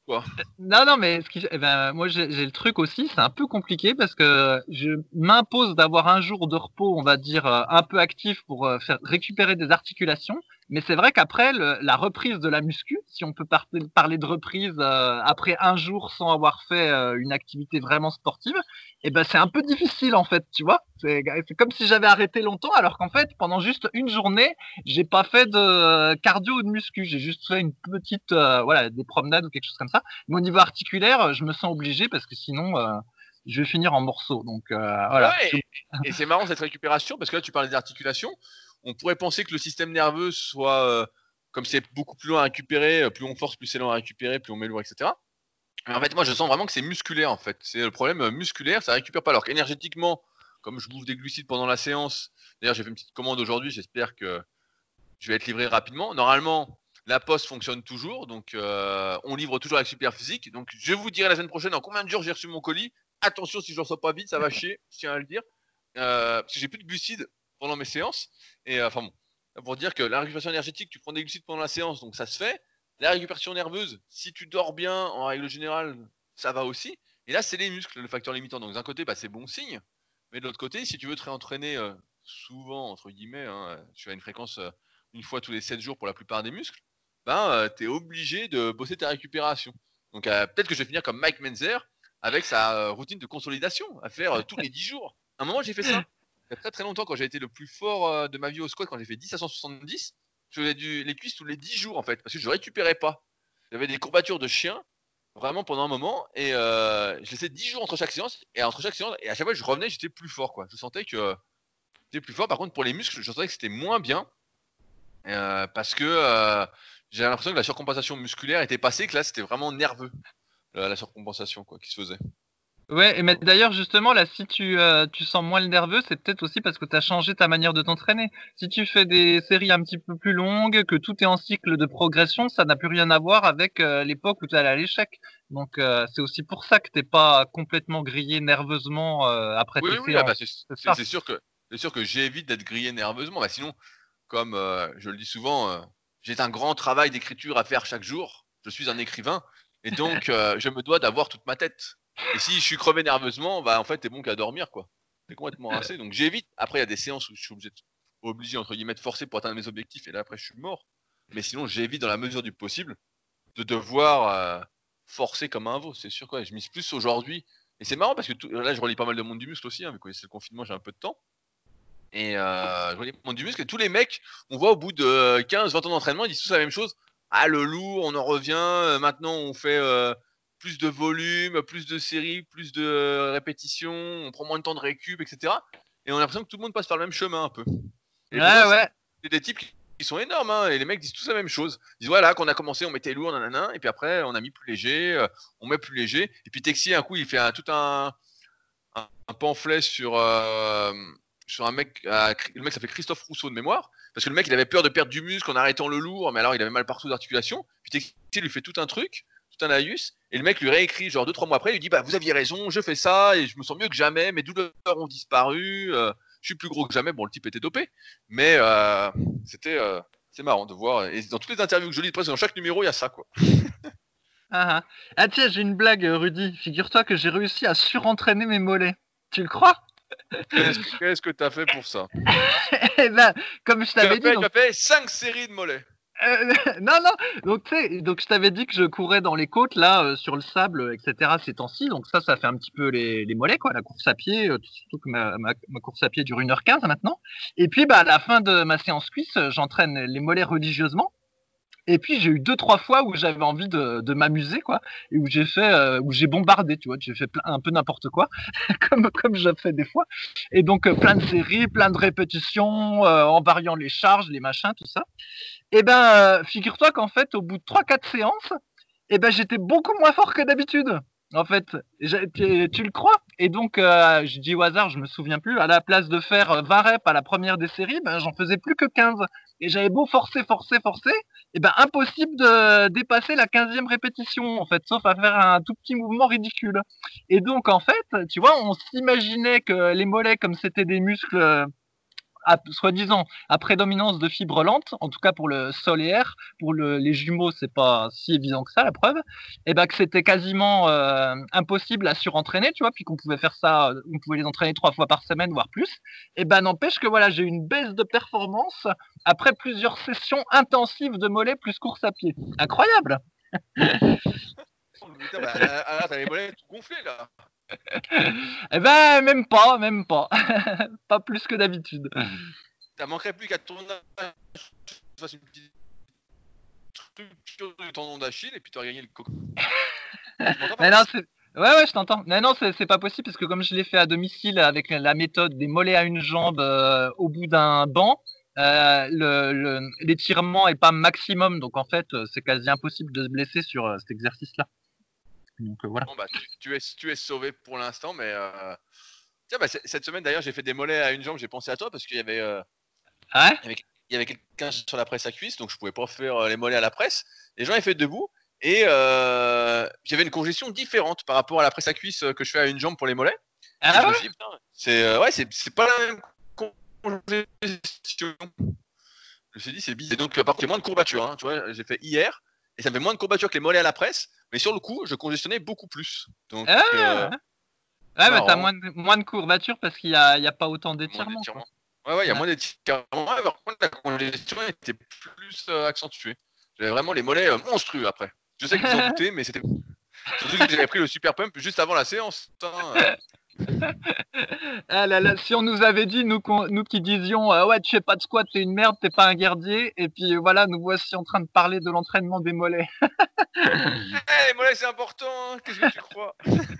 quoi. Non, non, mais ce qui, eh ben, moi j'ai j'ai le truc aussi, c'est un peu compliqué parce que je m'impose d'avoir un jour de repos, on va dire, euh, un peu actif pour euh, faire récupérer des articulations. Mais c'est vrai qu'après le- la reprise de la muscu, si on peut par- parler de reprise euh, après un jour sans avoir fait euh, une activité vraiment sportive, eh ben c'est un peu difficile en fait, tu vois. C'est c'est comme si j'avais arrêté longtemps, alors qu'en fait pendant juste une journée, j'ai pas fait de euh, cardio ou de muscu, j'ai juste fait une petite, euh, voilà, des promenades ou quelque chose comme ça. Mais au niveau articulaire, je me sens obligé parce que sinon, euh, je vais finir en morceaux. Donc euh, voilà. Ouais, et, et c'est marrant cette récupération parce que là tu parlais des articulations. On pourrait penser que le système nerveux soit, euh, comme c'est beaucoup plus long à récupérer, euh, plus on force, plus c'est long à récupérer, plus on met lourd, et cetera. Mais en fait, moi je sens vraiment que c'est musculaire en fait. C'est le problème euh, musculaire, ça récupère pas. Alors qu'énergétiquement, comme je bouffe des glucides pendant la séance, d'ailleurs j'ai fait une petite commande aujourd'hui, j'espère que je vais être livré rapidement. Normalement, la poste fonctionne toujours, donc euh, on livre toujours avec Super Physique. Donc je vous dirai la semaine prochaine en combien de jours j'ai reçu mon colis. Attention, si je ne reçois pas vite, ça va chier, je tiens à le dire. Euh, parce que j'ai plus de glucides pendant mes séances. Et euh, enfin bon, pour dire que la récupération énergétique, tu prends des glucides pendant la séance, donc ça se fait. La récupération nerveuse, si tu dors bien, en règle générale, ça va aussi. Et là, c'est les muscles, le facteur limitant. Donc d'un côté, bah, c'est bon signe. Mais de l'autre côté, si tu veux te réentraîner euh, souvent, entre guillemets, hein, tu as une fréquence euh, une fois tous les sept jours pour la plupart des muscles, ben, euh, tu es obligé de bosser ta récupération. Donc euh, peut-être que je vais finir comme Mike Menzer avec sa euh, routine de consolidation à faire euh, tous les dix jours. À un moment, j'ai fait ça. Il y a très très longtemps, quand j'ai été le plus fort euh, de ma vie au squat, quand j'ai fait dix à cent soixante-dix, je faisais du, les cuisses tous les dix jours en fait, parce que je récupérais pas. J'avais des courbatures de chien, vraiment pendant un moment, et euh, je laissais dix jours entre chaque séance, et entre chaque séance, et à chaque fois que je revenais, j'étais plus fort quoi. Je sentais que euh, j'étais plus fort. Par contre, pour les muscles, je sentais que c'était moins bien. Euh, parce que euh, j'ai l'impression que la surcompensation musculaire était passée, que là c'était vraiment nerveux, euh, la surcompensation quoi, qui se faisait. Ouais, mais d'ailleurs justement là, si tu euh, tu sens moins le nerveux, c'est peut-être aussi parce que tu as changé ta manière de t'entraîner. Si tu fais des séries un petit peu plus longues, que tout est en cycle de progression, ça n'a plus rien à voir avec euh, l'époque où tu allais à l'échec. Donc euh, c'est aussi pour ça que t'es pas complètement grillé nerveusement euh, après Oui, tes oui, ah bah, séances. c'est C'est c'est- ça. c'est sûr que c'est sûr que j'évite d'être grillé nerveusement. Bah, sinon, comme euh, je le dis souvent, euh, j'ai un grand travail d'écriture à faire chaque jour. Je suis un écrivain et donc euh, je me dois d'avoir toute ma tête. Et si je suis crevé nerveusement, bah en fait t'es bon qu'à dormir quoi. T'es complètement rincé. Donc j'évite. Après il y a des séances où je suis obligé, de, obligé entre guillemets de forcer pour atteindre mes objectifs et là après je suis mort. Mais sinon j'évite dans la mesure du possible de devoir euh, forcer comme un veau. C'est sûr quoi. Je mise plus aujourd'hui. Et c'est marrant parce que tout- là je relis pas mal de monde du muscle aussi, hein, vu que c'est le confinement, j'ai un peu de temps. Et euh, je relis le monde du muscle et tous les mecs, on voit au bout de quinze vingt ans d'entraînement, ils disent tous la même chose. Ah le lourd, on en revient, euh, maintenant on fait euh, plus de volume, plus de séries, plus de euh, répétitions, on prend moins de temps de récup, et cetera. Et on a l'impression que tout le monde passe par le même chemin un peu. Et pourtant, Ouais, ouais. c'est des types qui sont énormes, hein, et les mecs disent tous la même chose. Ils disent voilà, quand on a commencé, on mettait lourd, nanana, et puis après, on a mis plus léger, euh, on met plus léger. Et puis Texier, un coup, il fait un, tout un, un, un pamphlet sur, euh, sur un mec, euh, le mec s'appelle Christophe Rousseau de mémoire, parce que le mec, il avait peur de perdre du muscle en arrêtant le lourd, mais alors il avait mal partout d'articulation. Puis Texier lui fait tout un truc, tout un laïus, et le mec lui réécrit, genre deux, trois mois après, il lui dit bah vous aviez raison, je fais ça, et je me sens mieux que jamais, mes douleurs ont disparu. Euh, je suis plus gros que jamais. Bon, le type était dopé, mais euh, c'était euh, c'est marrant de voir. Et dans toutes les interviews que je lis, presque dans chaque numéro, il y a ça, quoi. Ah, ah. Ah, tiens, j'ai une blague, euh, Rudy. Figure-toi que j'ai réussi à surentraîner mes mollets. Tu le crois? Qu'est-ce que qu'est-ce que t'as fait pour ça? Eh ben, comme je Tu as t'avais dit, fait, tu donc as fait cinq séries de mollets. euh, non, non. Donc tu sais, donc je t'avais dit que je courais dans les côtes là, euh, sur le sable, euh, et cetera. Ces temps-ci, donc ça, ça fait un petit peu les, les mollets quoi, la course à pied. euh, surtout que ma, ma, ma course à pied dure une heure quinze maintenant. Et puis bah à la fin de ma séance cuisse, euh, j'entraîne les mollets religieusement. Et puis j'ai eu deux trois fois où j'avais envie de, de m'amuser quoi, et où j'ai fait, euh, où j'ai bombardé, tu vois, j'ai fait plein, un peu n'importe quoi, comme comme je fais des fois. Et donc euh, plein de séries, plein de répétitions, euh, en variant les charges, les machins, tout ça. Et ben euh, figure-toi qu'en fait au bout de trois quatre séances, et ben j'étais beaucoup moins fort que d'habitude. En fait, tu, tu le crois? Et donc, euh, je dis au hasard, je me souviens plus, à la place de faire vingt reps à la première des séries, ben, j'en faisais plus que quinze. Et j'avais beau forcer, forcer, forcer, et ben, impossible de dépasser la quinzième répétition, en fait, sauf à faire un tout petit mouvement ridicule. Et donc, en fait, tu vois, on s'imaginait que les mollets, comme c'était des muscles à, soi-disant à prédominance de fibres lentes, en tout cas pour le sol et air, pour le, les jumeaux c'est pas si évident que ça la preuve, et ben que c'était quasiment euh, impossible à surentraîner, tu vois, puis qu'on pouvait faire ça, on pouvait les entraîner trois fois par semaine voire plus, et ben n'empêche que voilà j'ai eu une baisse de performance après plusieurs sessions intensives de mollets plus course à pied, incroyable. Oh, putain, bah, là, là, t'as les mollets tout gonflés là. Eh ben même pas, même pas, pas plus que d'habitude. Ça manquerait plus qu'à ton âge, tu fasses une petite structure du tendon d'Achille et puis tu aurais gagné le coco. Mais non, c'est... Ouais, ouais, je t'entends. Mais non, c'est, c'est pas possible parce que comme je l'ai fait à domicile avec la méthode des mollets à une jambe euh, au bout d'un banc, euh, le, le, l'étirement est pas maximum. Donc en fait, c'est quasi impossible de se blesser sur euh, cet exercice-là. Donc euh, voilà. Bon, bah, tu, tu, es, tu es sauvé pour l'instant, mais euh... tiens, bah, cette semaine d'ailleurs, j'ai fait des mollets à une jambe. J'ai pensé à toi parce qu'il y avait, euh... Ah ouais il y avait, il y avait quelqu'un sur la presse à cuisse, donc je pouvais pas faire les mollets à la presse. Les gens, ils fait debout. Et euh, j'avais une congestion différente par rapport à la presse à cuisse que je fais à une jambe pour les mollets. Ah et je ouais me suis dit, putain, c'est, euh, ouais, c'est, c'est pas la même congestion. Je me suis dit, c'est bizarre. Et donc, par contre, j'ai moins de courbatures. Hein, tu vois, j'ai fait hier et ça me fait moins de courbatures que les mollets à la presse. Mais sur le coup, je congestionnais beaucoup plus. Donc, ah euh, ouais, mais t'as moins de, moins de courbatures parce qu'il y a, y a pas autant d'étirements. d'étirement. Ouais, ouais, il y a ouais. moins d'étirements. Par contre, la congestion était plus euh, accentuée. J'avais vraiment les mollets euh, monstrueux après. Je sais qu'ils en doutaient, mais c'était. Surtout que j'avais pris le super pump juste avant la séance. Hein. Ah là là, si on nous avait dit, nous, nous qui disions euh, ouais, tu fais pas de squat, t'es une merde, t'es pas un guerrier, et puis voilà, nous voici en train de parler de l'entraînement des mollets. Hey, les mollets, c'est important, hein. Qu'est-ce que tu crois?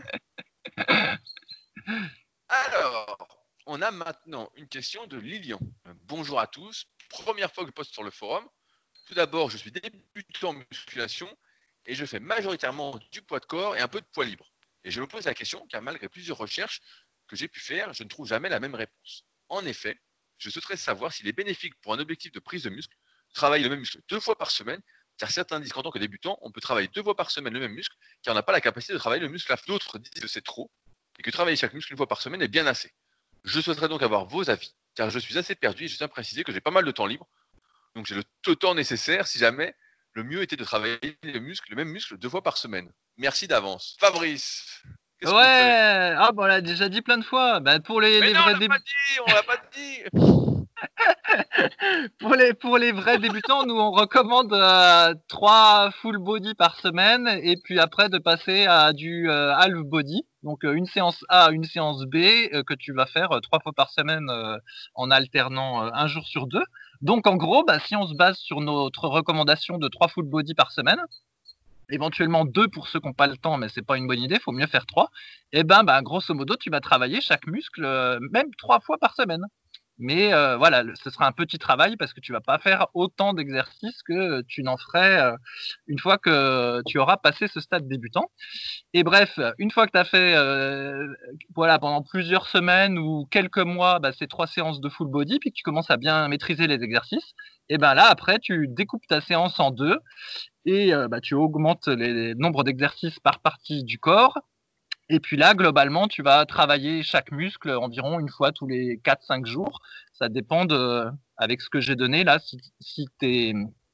Alors, on a maintenant une question de Lilian. Bonjour à tous. Première fois que je poste sur le forum. Tout d'abord, je suis débutant en musculation et je fais majoritairement du poids de corps et un peu de poids libre. Et je me pose la question car malgré plusieurs recherches que j'ai pu faire, je ne trouve jamais la même réponse. En effet, je souhaiterais savoir s'il est bénéfique pour un objectif de prise de muscle de travailler le même muscle deux fois par semaine, car certains disent qu'en tant que débutant, on peut travailler deux fois par semaine le même muscle, car on n'a pas la capacité de travailler le muscle à d'autres disent que c'est trop, et que travailler chaque muscle une fois par semaine est bien assez. Je souhaiterais donc avoir vos avis, car je suis assez perdu et je tiens à préciser que j'ai pas mal de temps libre, donc j'ai le temps nécessaire si jamais le mieux était de travailler le muscle, le même muscle deux fois par semaine. Merci d'avance. Fabrice, qu'est-ce ouais, qu'on fait? Ah bon, on l'a déjà dit plein de fois. Bah, pour les, Mais les non, vrais on l'a débutants. pas dit, on l'a pas dit. pour, les, pour les vrais débutants, nous on recommande euh, trois full body par semaine et puis après de passer à du euh, half body. Donc euh, une séance A, une séance B euh, que tu vas faire euh, trois fois par semaine euh, en alternant euh, un jour sur deux. Donc en gros, bah, si on se base sur notre recommandation de trois full body par semaine, éventuellement deux pour ceux qui n'ont pas le temps, mais c'est pas une bonne idée, il faut mieux faire trois, et ben, ben grosso modo, tu vas travailler chaque muscle euh, même trois fois par semaine. Mais euh, voilà, ce sera un petit travail parce que tu vas pas faire autant d'exercices que tu n'en ferais euh, une fois que tu auras passé ce stade débutant. Et bref, une fois que tu as fait euh, voilà, pendant plusieurs semaines ou quelques mois bah, ces trois séances de full body, puis que tu commences à bien maîtriser les exercices, et ben là, après, tu découpes ta séance en deux et euh, bah, tu augmentes les, les nombres d'exercices par partie du corps. Et puis là, globalement, tu vas travailler chaque muscle environ une fois tous les quatre cinq jours. Ça dépend de, avec ce que j'ai donné là, si, si t'es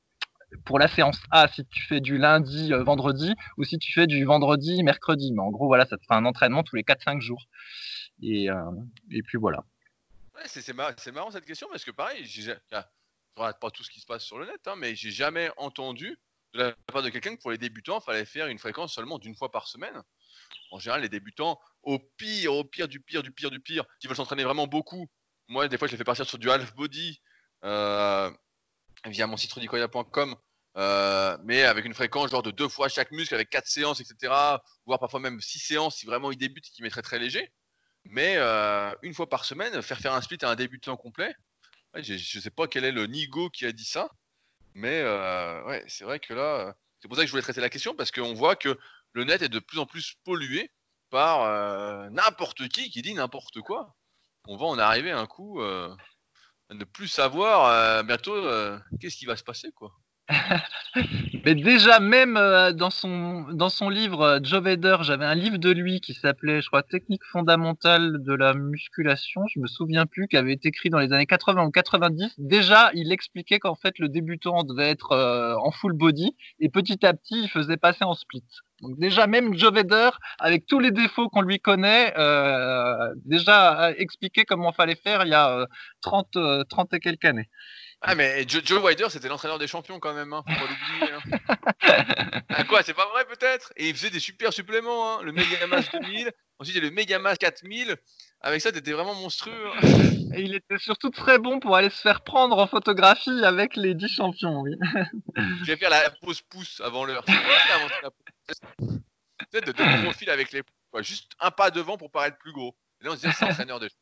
pour la séance A, si tu fais du lundi, euh, vendredi, ou si tu fais du vendredi, mercredi. Mais en gros, voilà, ça te fait un entraînement tous les quatre cinq jours. Et, euh, et puis voilà. Ouais, c'est, c'est, marrant, c'est marrant cette question parce que pareil, j'ai, je regarde pas tout ce qui se passe sur le net, hein, mais j'ai jamais entendu de la part de quelqu'un que pour les débutants, il fallait faire une fréquence seulement d'une fois par semaine. En général, les débutants, au pire, au pire du pire, du pire, du pire, qui veulent s'entraîner vraiment beaucoup. Moi, des fois, je les fais partir sur du half body euh, via mon site rudicoya point com, euh, mais avec une fréquence genre de deux fois chaque muscle, avec quatre séances, et cetera. Voire parfois même six séances si vraiment ils débutent, qui m'est très très léger. Mais euh, une fois par semaine, faire faire un split à un débutant complet, ouais, je sais pas quel est le Nigo qui a dit ça, mais euh, ouais, c'est vrai que là, c'est pour ça que je voulais traiter la question, parce qu'on voit que le net est de plus en plus pollué par euh, n'importe qui qui dit n'importe quoi. On va en arriver un coup euh, à ne plus savoir euh, bientôt euh, qu'est-ce qui va se passer, quoi. Mais déjà, même euh, dans son dans son livre euh, Joe Weider, j'avais un livre de lui qui s'appelait, je crois, Technique fondamentale de la musculation. Je me souviens plus, qui avait été écrit dans les années quatre-vingts ou quatre-vingt-dix. Déjà, il expliquait qu'en fait, le débutant devait être euh, en full body et petit à petit, il faisait passer en split. Donc déjà, même Joe Weider, avec tous les défauts qu'on lui connaît, euh, déjà a expliqué comment fallait faire il y a euh, trente, euh, trente et quelques années. Ah, mais Joe, Joe Weider, c'était l'entraîneur des champions quand même, hein. Faut pas l'oublier. Hein. Ah, quoi, c'est pas vrai peut-être? Et il faisait des super suppléments, hein. Le Megamass deux mille, ensuite il y a le Megamass quatre mille. Avec ça, t'étais vraiment monstrueux. Hein. Et il était surtout très bon pour aller se faire prendre en photographie avec les dix champions, oui. Je vais faire la pose pouce avant l'heure. C'est moi qui ai inventé la pose. Peut-être de, de profil avec les quoi, juste un pas devant pour paraître plus gros. Et là, on se dit, c'est entraîneur de.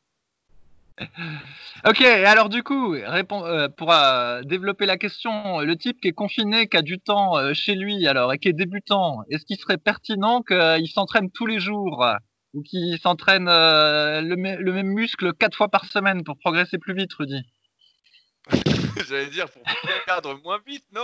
Ok, et alors du coup, répond, euh, pour euh, développer la question, le type qui est confiné, qui a du temps euh, chez lui, alors, et qui est débutant, est-ce qu'il serait pertinent qu'il s'entraîne tous les jours ou qu'il s'entraîne euh, le, m- le même muscle quatre fois par semaine pour progresser plus vite, Rudy? J'allais dire pour perdre moins vite, non?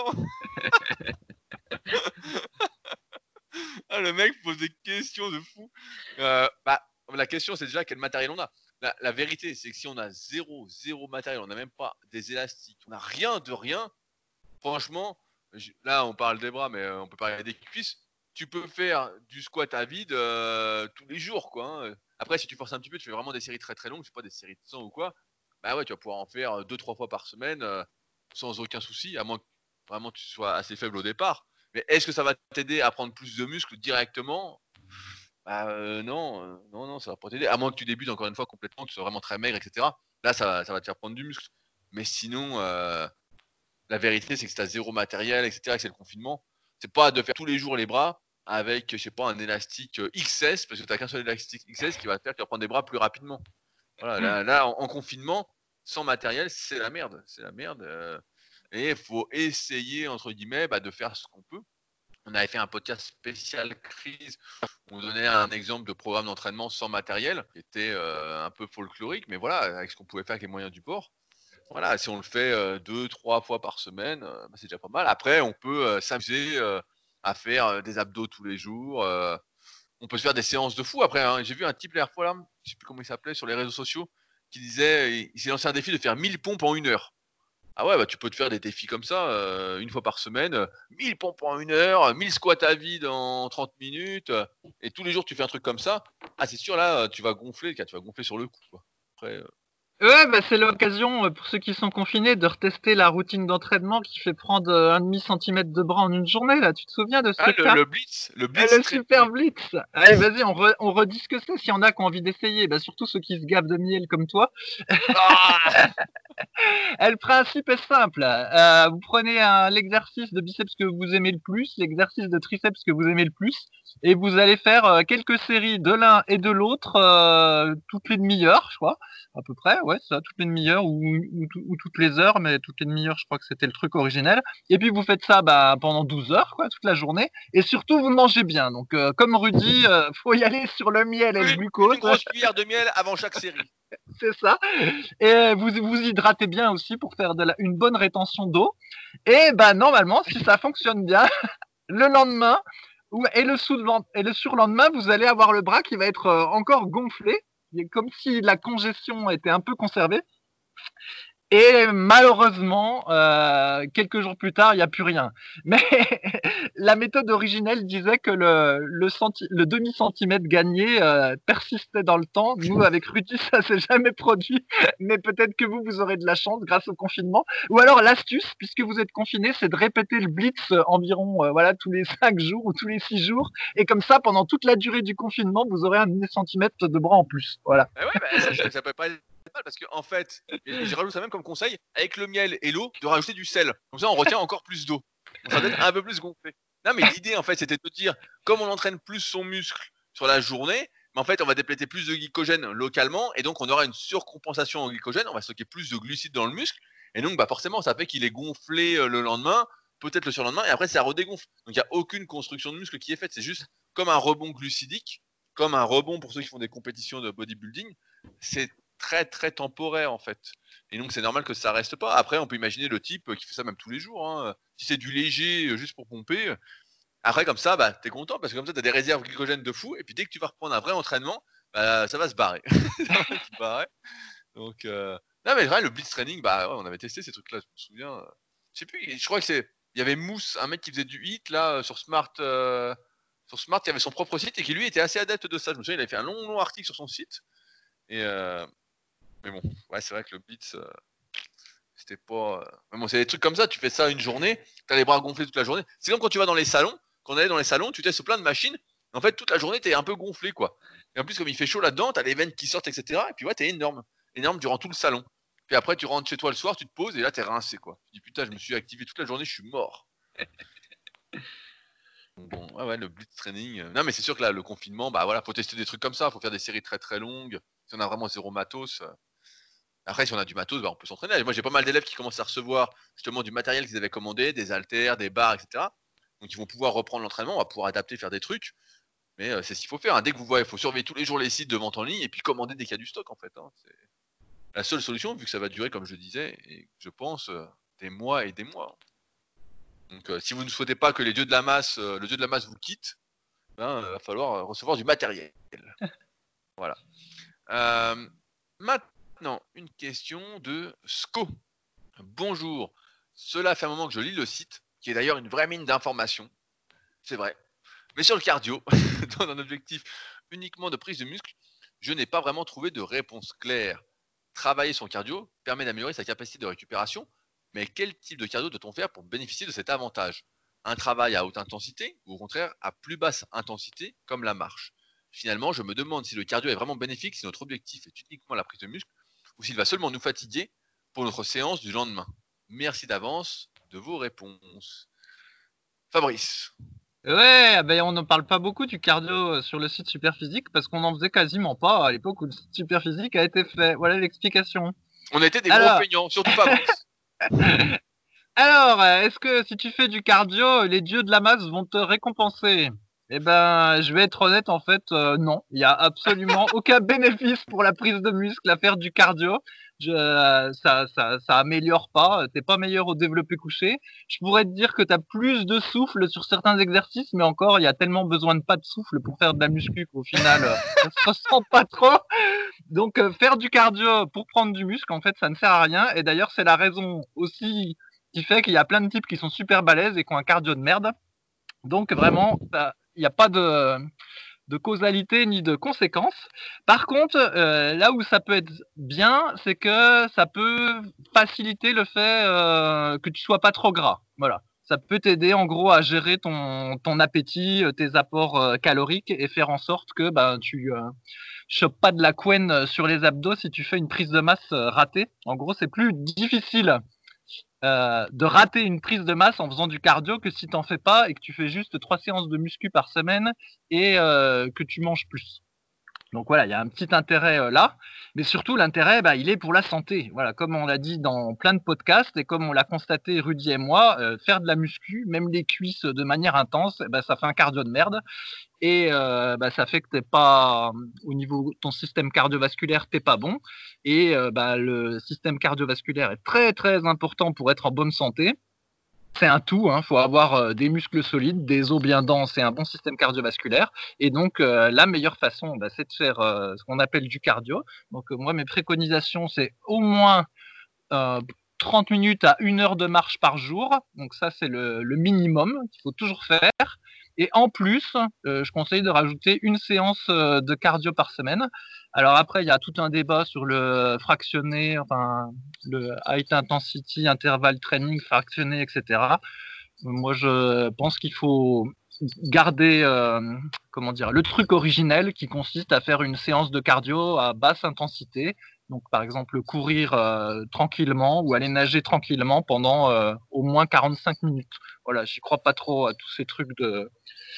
Ah, le mec pose des questions de fou. Euh, bah, la question, c'est déjà quel matériel on a. La, la vérité, c'est que si on a zéro, zéro matériel, on n'a même pas des élastiques, on n'a rien de rien, franchement, je- là, on parle des bras, mais euh, on peut parler des cuisses. Tu peux faire du squat à vide euh, tous les jours, quoi. Hein. Après, si tu forces un petit peu, tu fais vraiment des séries très très longues, je sais pas, des séries de cent ou quoi. Bah ouais, tu vas pouvoir en faire deux trois fois par semaine euh, sans aucun souci, à moins que vraiment tu sois assez faible au départ. Mais est-ce que ça va t'aider à prendre plus de muscles directement? Bah euh, non, euh, non, non, ça va pas t'aider. À moins que tu débutes encore une fois complètement, que tu sois vraiment très maigre, et cetera. Là, ça va, ça va te faire prendre du muscle. Mais sinon, euh, la vérité, c'est que si t'as zéro matériel, et cetera, que c'est le confinement, c'est pas de faire tous les jours les bras avec, je sais pas, un élastique euh, X S, parce que t'as qu'un seul élastique X S qui va te faire que tu vas prendre des bras plus rapidement. Voilà, là, là en, en confinement, sans matériel, c'est la merde. C'est la merde. euh, et il faut essayer, entre guillemets, bah, de faire ce qu'on peut. On avait fait un podcast spécial crise. On donnait un exemple de programme d'entraînement sans matériel, qui était euh, un peu folklorique, mais voilà, avec ce qu'on pouvait faire avec les moyens du bord. Voilà, si on le fait euh, deux, trois fois par semaine, euh, bah, c'est déjà pas mal. Après, on peut euh, s'amuser euh, à faire euh, des abdos tous les jours. euh, on peut se faire des séances de fou après. Hein. J'ai vu un type la dernière fois, là, je sais plus comment il s'appelait, sur les réseaux sociaux, qui disait, il, il s'est lancé un défi de faire mille pompes en une heure. Ah ouais, bah tu peux te faire des défis comme ça, euh, une fois par semaine, euh, mille pompes en une heure, mille squats à vide en trente minutes, euh, et tous les jours tu fais un truc comme ça. Ah c'est sûr, là, euh, tu vas gonfler, tu vas gonfler sur le coup. Quoi. Après, euh, Ouais, bah c'est l'occasion euh, pour ceux qui sont confinés de retester la routine d'entraînement qui fait prendre euh, un demi centimètre de bras en une journée. Là, tu te souviens de ce Ah, le, truc-là? le blitz, le Euh, blitz Le super training. blitz. Allez, vas-y, on, re- on redit ce que c'est s'il y en a qui ont envie d'essayer. Bah surtout ceux qui se gavent de miel comme toi. Ah Et le principe est simple. Euh, vous prenez un, l'exercice de biceps que vous aimez le plus, l'exercice de triceps que vous aimez le plus, et vous allez faire euh, quelques séries de l'un et de l'autre euh, toutes les demi-heures, je crois, à peu près, ouais, ça, toutes les demi-heures ou, ou, ou toutes les heures, mais toutes les demi-heures, je crois que c'était le truc originel. Et puis vous faites ça bah, pendant douze heures, quoi, toute la journée, et surtout vous mangez bien. Donc euh, comme Rudy, euh, faut y aller sur le miel et le une, glucose, une grosse cuillère de miel avant chaque série. c'est ça. Et vous vous hydratez bien aussi pour faire de la, une bonne rétention d'eau. Et ben normalement, si ça fonctionne bien, le lendemain ou, et, le sous, et le surlendemain, vous allez avoir le bras qui va être euh, encore gonflé, comme si la congestion était un peu conservée. Et malheureusement, euh, quelques jours plus tard, il n'y a plus rien. Mais la méthode originelle disait que le, le, centi- le demi-centimètre gagné euh, persistait dans le temps. Nous, avec Rudy, ça s'est jamais produit. Mais peut-être que vous, vous aurez de la chance grâce au confinement. Ou alors l'astuce, puisque vous êtes confiné, c'est de répéter le blitz euh, environ euh, voilà tous les cinq jours ou tous les six jours. Et comme ça, pendant toute la durée du confinement, vous aurez un demi-centimètre de bras en plus. Voilà. Bah ouais, bah, ça, ça, ça peut pas être mal parce qu'en en fait, et, et je rajoute ça même comme conseil, avec le miel et l'eau, de rajouter du sel. Comme ça, on retient encore plus d'eau. Donc ça va être un peu plus gonflé. Non, mais l'idée, en fait, c'était de dire, comme on entraîne plus son muscle sur la journée, mais en fait, on va dépléter plus de glycogène localement, et donc on aura une surcompensation en glycogène, on va stocker plus de glucides dans le muscle, et donc bah forcément, ça fait qu'il est gonflé euh, le lendemain, peut-être le surlendemain, et après, ça redégonfle. Donc il n'y a aucune construction de muscle qui est faite, c'est juste comme un rebond glucidique, comme un rebond pour ceux qui font des compétitions de bodybuilding, c'est très très temporaire en fait. Et donc c'est normal que ça reste pas. Après, on peut imaginer le type qui fait ça même tous les jours. Hein. Si c'est du léger juste pour pomper, après comme ça, bah t'es content parce que comme ça t'as des réserves glycogènes de fou. Et puis dès que tu vas reprendre un vrai entraînement, bah, ça va se barrer. ça va se barrer. Donc euh... non mais vrai, le blitz training, bah ouais, on avait testé ces trucs-là. Je me souviens. Je sais plus. Je crois que c'est. Il y avait Mousse, un mec qui faisait du hit là sur Smart. Euh... Sur Smart, il avait son propre site et qui lui était assez adepte de ça. Je me souviens, il avait fait un long long article sur son site. Et euh... mais bon, ouais, c'est vrai que le blitz. Euh... C'était pas. Mais bon, c'est des trucs comme ça, tu fais ça une journée, t'as les bras gonflés toute la journée. C'est comme quand tu vas dans les salons, quand on allait dans les salons, tu testes plein de machines, en fait, toute la journée, t'es un peu gonflé, quoi. Et en plus, comme il fait chaud là-dedans, t'as les veines qui sortent, et cetera. Et puis ouais, t'es énorme. Énorme durant tout le salon. Puis après, tu rentres chez toi le soir, tu te poses, et là, t'es rincé, quoi. Tu dis, putain, je me suis activé toute la journée, je suis mort. Bon, ouais, ouais, le blitz training. Non, mais c'est sûr que là, le confinement, bah voilà, faut tester des trucs comme ça, faut faire des séries très très longues. Si on a vraiment zéro matos. Après, si on a du matos, bah, on peut s'entraîner. Moi, j'ai pas mal d'élèves qui commencent à recevoir justement du matériel qu'ils avaient commandé, des haltères, des barres, et cetera. Donc, ils vont pouvoir reprendre l'entraînement, on va pouvoir adapter, faire des trucs. Mais euh, c'est ce qu'il faut faire. Hein. Dès que vous voyez, il faut surveiller tous les jours les sites de vente en ligne et puis commander dès qu'il y a du stock, en fait. Hein. C'est la seule solution, vu que ça va durer, comme je le disais, et je pense, euh, des mois et des mois. Donc, euh, si vous ne souhaitez pas que les dieux de la masse, euh, le dieu de la masse vous quitte, ben, il va falloir euh, recevoir du matériel. Voilà. Euh, maintenant, une question de Sco. Bonjour. Cela fait un moment que je lis le site, qui est d'ailleurs une vraie mine d'informations. C'est vrai. Mais sur le cardio, dans un objectif uniquement de prise de muscle, je n'ai pas vraiment trouvé de réponse claire. Travailler son cardio permet d'améliorer sa capacité de récupération, mais quel type de cardio doit-on faire pour bénéficier de cet avantage? Un travail à haute intensité ou au contraire à plus basse intensité comme la marche? Finalement, je me demande si le cardio est vraiment bénéfique si notre objectif est uniquement la prise de muscle ou s'il va seulement nous fatiguer pour notre séance du lendemain. Merci d'avance de vos réponses. Fabrice. Ouais, ben on ne parle pas beaucoup du cardio sur le site Superphysique parce qu'on n'en faisait quasiment pas à l'époque où le site Superphysique a été fait. Voilà l'explication. On était des Alors... gros feignants, surtout Fabrice. Alors, est-ce que si tu fais du cardio, les dieux de la masse vont te récompenser? Eh ben, je vais être honnête, en fait, euh, non. Il n'y a absolument aucun bénéfice pour la prise de muscle à faire du cardio. Je, euh, ça, ça, ça améliore pas. T'es pas meilleur au développé couché. Je pourrais te dire que t'as plus de souffle sur certains exercices, mais encore, il y a tellement besoin de pas de souffle pour faire de la muscu qu'au final, euh, ça se ressent pas trop. Donc, euh, faire du cardio pour prendre du muscle, en fait, ça ne sert à rien. Et d'ailleurs, c'est la raison aussi qui fait qu'il y a plein de types qui sont super balèzes et qui ont un cardio de merde. Donc vraiment, il n'y a pas de, de causalité ni de conséquence. Par contre, euh, là où ça peut être bien, c'est que ça peut faciliter le fait euh, que tu sois pas trop gras. Voilà. Ça peut t'aider en gros à gérer ton, ton appétit, tes apports euh, caloriques et faire en sorte que ben, tu euh, chopes pas de la couenne sur les abdos si tu fais une prise de masse euh, ratée. En gros, c'est plus difficile Euh, de rater une prise de masse en faisant du cardio que si t'en fais pas et que tu fais juste trois séances de muscu par semaine et euh, que tu manges plus. Donc voilà, il y a un petit intérêt euh, là, mais surtout l'intérêt, bah, il est pour la santé. Voilà, comme on l'a dit dans plein de podcasts et comme on l'a constaté Rudy et moi, euh, faire de la muscu, même les cuisses de manière intense, bah, ça fait un cardio de merde et euh, bah, ça fait que t'es pas au niveau de ton système cardiovasculaire, t'es pas bon et euh, bah, le système cardiovasculaire est très très important pour être en bonne santé. C'est un tout, hein. Faut avoir euh, des muscles solides, des os bien denses et un bon système cardiovasculaire. Et donc, euh, la meilleure façon, bah, c'est de faire euh, ce qu'on appelle du cardio. Donc, euh, moi, mes préconisations, c'est au moins euh, trente minutes à une heure de marche par jour. Donc, ça, c'est le, le minimum qu'il faut toujours faire. Et en plus, euh, je conseille de rajouter une séance euh, de cardio par semaine. Alors après, il y a tout un débat sur le fractionné, enfin le high intensity interval training fractionné, et cetera. Moi, je pense qu'il faut garder, euh, comment dire, le truc originel qui consiste à faire une séance de cardio à basse intensité. Donc, par exemple, courir euh, tranquillement ou aller nager tranquillement pendant euh, au moins quarante-cinq minutes. Voilà, j'y crois pas trop à tous ces trucs de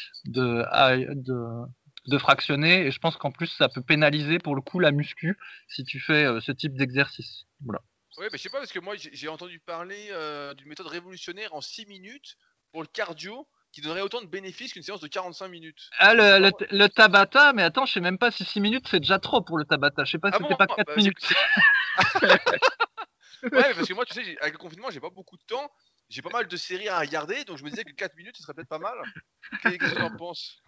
de, de, de fractionner et je pense qu'en plus ça peut pénaliser pour le coup la muscu si tu fais euh, ce type d'exercice. Voilà. Oui, mais je sais pas parce que moi j'ai entendu parler euh, d'une méthode révolutionnaire en six minutes pour le cardio qui donnerait autant de bénéfices qu'une séance de quarante-cinq minutes. Ah, le, C'est le, pas- le Tabata, mais attends, je sais même pas si six minutes c'est déjà trop pour le Tabata. Je sais pas Ah si bon? c'était pas quatre Bah, c'est- minutes. c'est- Ouais, mais parce que moi, tu sais, j'ai- avec le confinement, j'ai pas beaucoup de temps. J'ai pas mal de séries à regarder, donc je me disais que quatre minutes, ce serait peut-être pas mal. Qu'est- Qu'est-ce que tu en penses?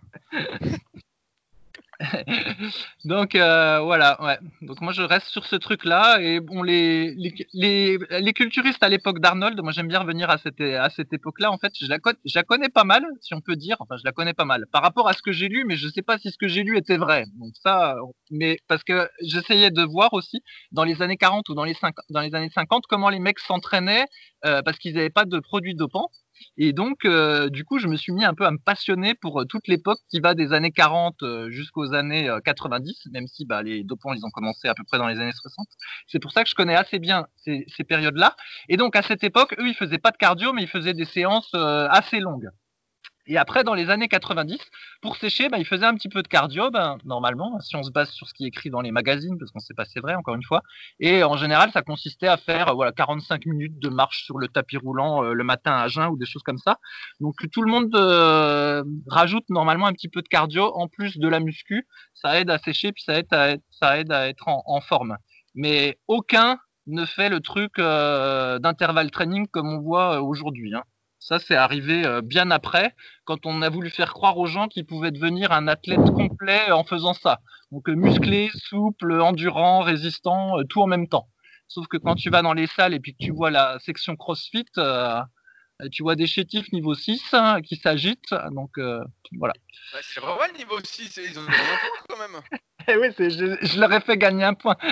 Donc euh, voilà, ouais. Donc moi je reste sur ce truc-là et bon les les les, les culturistes à l'époque d'Arnold, moi j'aime bien revenir à cette à cette époque-là. En fait, je la co- je la connais pas mal, si on peut dire. Enfin, je la connais pas mal par rapport à ce que j'ai lu, mais je sais pas si ce que j'ai lu était vrai. Donc ça, euh, mais parce que j'essayais de voir aussi dans les années quarante ou dans les cinquante, dans les années cinquante comment les mecs s'entraînaient euh, parce qu'ils n'avaient pas de produits dopants. Et donc, euh, du coup, je me suis mis un peu à me passionner pour euh, toute l'époque qui va des années quarante euh, jusqu'aux années euh, quatre-vingt-dix, même si bah, les dopants, ils ont commencé à peu près dans les années soixante. C'est pour ça que je connais assez bien ces, ces périodes-là. Et donc, à cette époque, eux, ils faisaient pas de cardio, mais ils faisaient des séances euh, assez longues. Et après, dans les années quatre-vingt-dix, pour sécher, bah, il faisait un petit peu de cardio, ben, normalement, si on se base sur ce qui est écrit dans les magazines, parce qu'on ne sait pas si c'est vrai, encore une fois. Et en général, ça consistait à faire euh, voilà, quarante-cinq minutes de marche sur le tapis roulant euh, le matin à jeun ou des choses comme ça. Donc tout le monde euh, rajoute normalement un petit peu de cardio en plus de la muscu. Ça aide à sécher, puis ça aide à être, ça aide à être en, en forme. Mais aucun ne fait le truc euh, d'intervalle training comme on voit euh, aujourd'hui, hein. Ça, c'est arrivé euh, bien après, quand on a voulu faire croire aux gens qu'ils pouvaient devenir un athlète complet en faisant ça. Donc euh, musclé, souple, endurant, résistant, euh, tout en même temps. Sauf que quand tu vas dans les salles et puis que tu vois la section CrossFit, euh, tu vois des chétifs niveau six hein, qui s'agitent. Donc euh, voilà. Ouais, c'est vraiment le niveau six, ils ont gagné un point quand même. Et oui, c'est, je, je leur ai fait gagner un point.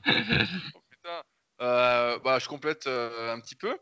Oh, putain. Euh, bah, je complète euh, un petit peu.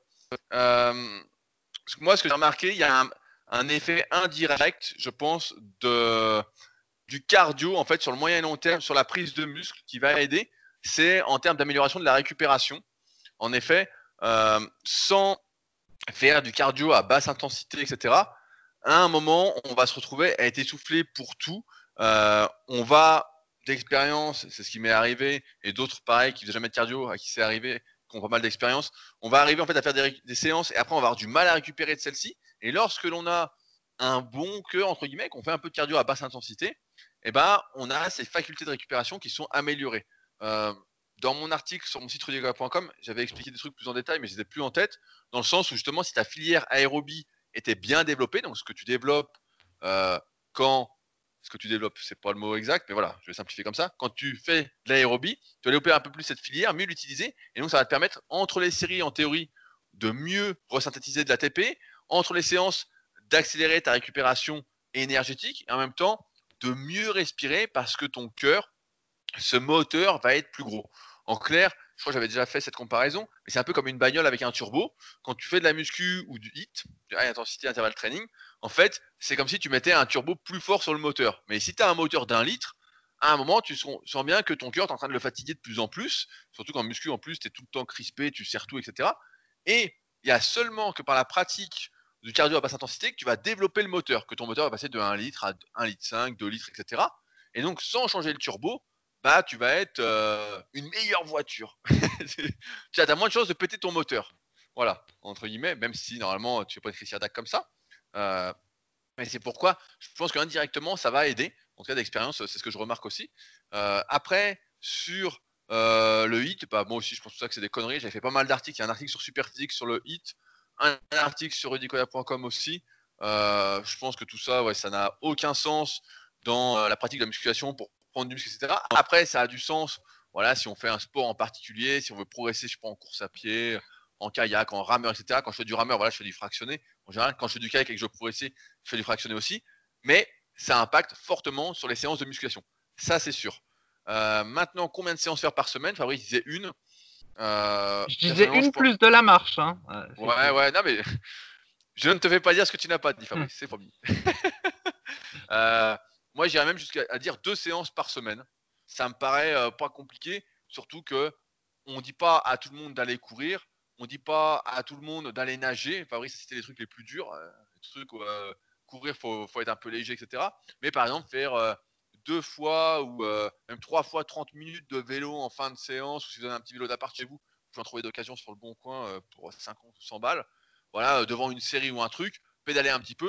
Euh, parce que moi, ce que j'ai remarqué, il y a un, un effet indirect, je pense, de, du cardio en fait sur le moyen et long terme, sur la prise de muscle qui va aider. C'est en termes d'amélioration de la récupération. En effet, euh, sans faire du cardio à basse intensité, et cetera, à un moment, on va se retrouver à être essoufflé pour tout. Euh, on va, d'expérience, c'est ce qui m'est arrivé, et d'autres pareil qui faisaient jamais de cardio, à qui c'est arrivé, qui ont pas mal d'expérience, on va arriver en fait à faire des, des séances et après on va avoir du mal à récupérer de celles-ci. Et lorsque l'on a un bon cœur, entre guillemets, qu'on fait un peu de cardio à basse intensité, eh ben, on a ces facultés de récupération qui sont améliorées. Euh, dans mon article sur mon site rudicola point com, j'avais expliqué des trucs plus en détail, mais je les ai plus en tête, dans le sens où justement, si ta filière aérobie était bien développée, donc ce que tu développes euh, quand ce que tu développes, c'est pas le mot exact, mais voilà, je vais simplifier comme ça. Quand tu fais de l'aérobie, tu vas développer un peu plus cette filière, mieux l'utiliser, et donc ça va te permettre, entre les séries, en théorie, de mieux resynthétiser de l'A T P, entre les séances, d'accélérer ta récupération énergétique, et en même temps, de mieux respirer parce que ton cœur, ce moteur va être plus gros. En clair, je crois que j'avais déjà fait cette comparaison, mais c'est un peu comme une bagnole avec un turbo. Quand tu fais de la muscu ou du hit, du high intensity interval training, en fait, c'est comme si tu mettais un turbo plus fort sur le moteur. Mais si tu as un moteur d'un litre, à un moment, tu sens bien que ton cœur est en train de le fatiguer de plus en plus. Surtout qu'en muscu, en plus, tu es tout le temps crispé, tu serres tout, et cetera. Et il y a seulement que par la pratique du cardio à basse intensité que tu vas développer le moteur, que ton moteur va passer de un litre à un litre cinq, deux litres, et cetera. Et donc, sans changer le turbo, bah tu vas être euh, une meilleure voiture. Tu as moins de chances de péter ton moteur. Voilà, entre guillemets, même si normalement tu fais pas une crise cardiaque comme ça. Euh, mais c'est pourquoi je pense qu'indirectement ça va aider. En tout cas d'expérience, c'est ce que je remarque aussi. Euh, après, sur euh, le hit, bah, moi aussi je pense que, ça, que c'est des conneries. J'avais fait pas mal d'articles. Il y a un article sur Superphysique sur le hit, un article sur rudicola point com aussi. Euh, je pense que tout ça, ouais, ça n'a aucun sens dans euh, la pratique de la musculation pour prendre du muscle, et cetera. Après, ça a du sens, voilà, si on fait un sport en particulier, si on veut progresser, je sais pas, en course à pied, en kayak, en rameur, et cetera. Quand je fais du rameur, voilà, je fais du fractionné. En général, quand je fais du kayak et que je veux progresser, je fais du fractionné aussi. Mais ça impacte fortement sur les séances de musculation. Ça, c'est sûr. Euh, maintenant, combien de séances faire par semaine? Fabrice disait une. Euh, Je disais personnellement, je une pense. plus de la marche. Hein. Euh, Ouais, ouais, non, mais je ne te fais pas dire ce que tu n'as pas dit, Fabrice, c'est promis. euh, moi, j'irais même jusqu'à dire deux séances par semaine. Ça me paraît euh, pas compliqué, surtout que on dit pas à tout le monde d'aller courir, on dit pas à tout le monde d'aller nager. Fabrice, c'était les trucs les plus durs, euh, les trucs où euh, courir, faut, faut être un peu léger, et cetera. Mais par exemple, faire euh, deux fois ou euh, même trois fois trente minutes de vélo en fin de séance, ou si vous avez un petit vélo d'appart chez vous, vous pouvez en trouver d'occasion sur le bon coin euh, pour cinquante ou cent balles. Voilà, euh, devant une série ou un truc, pédaler un petit peu,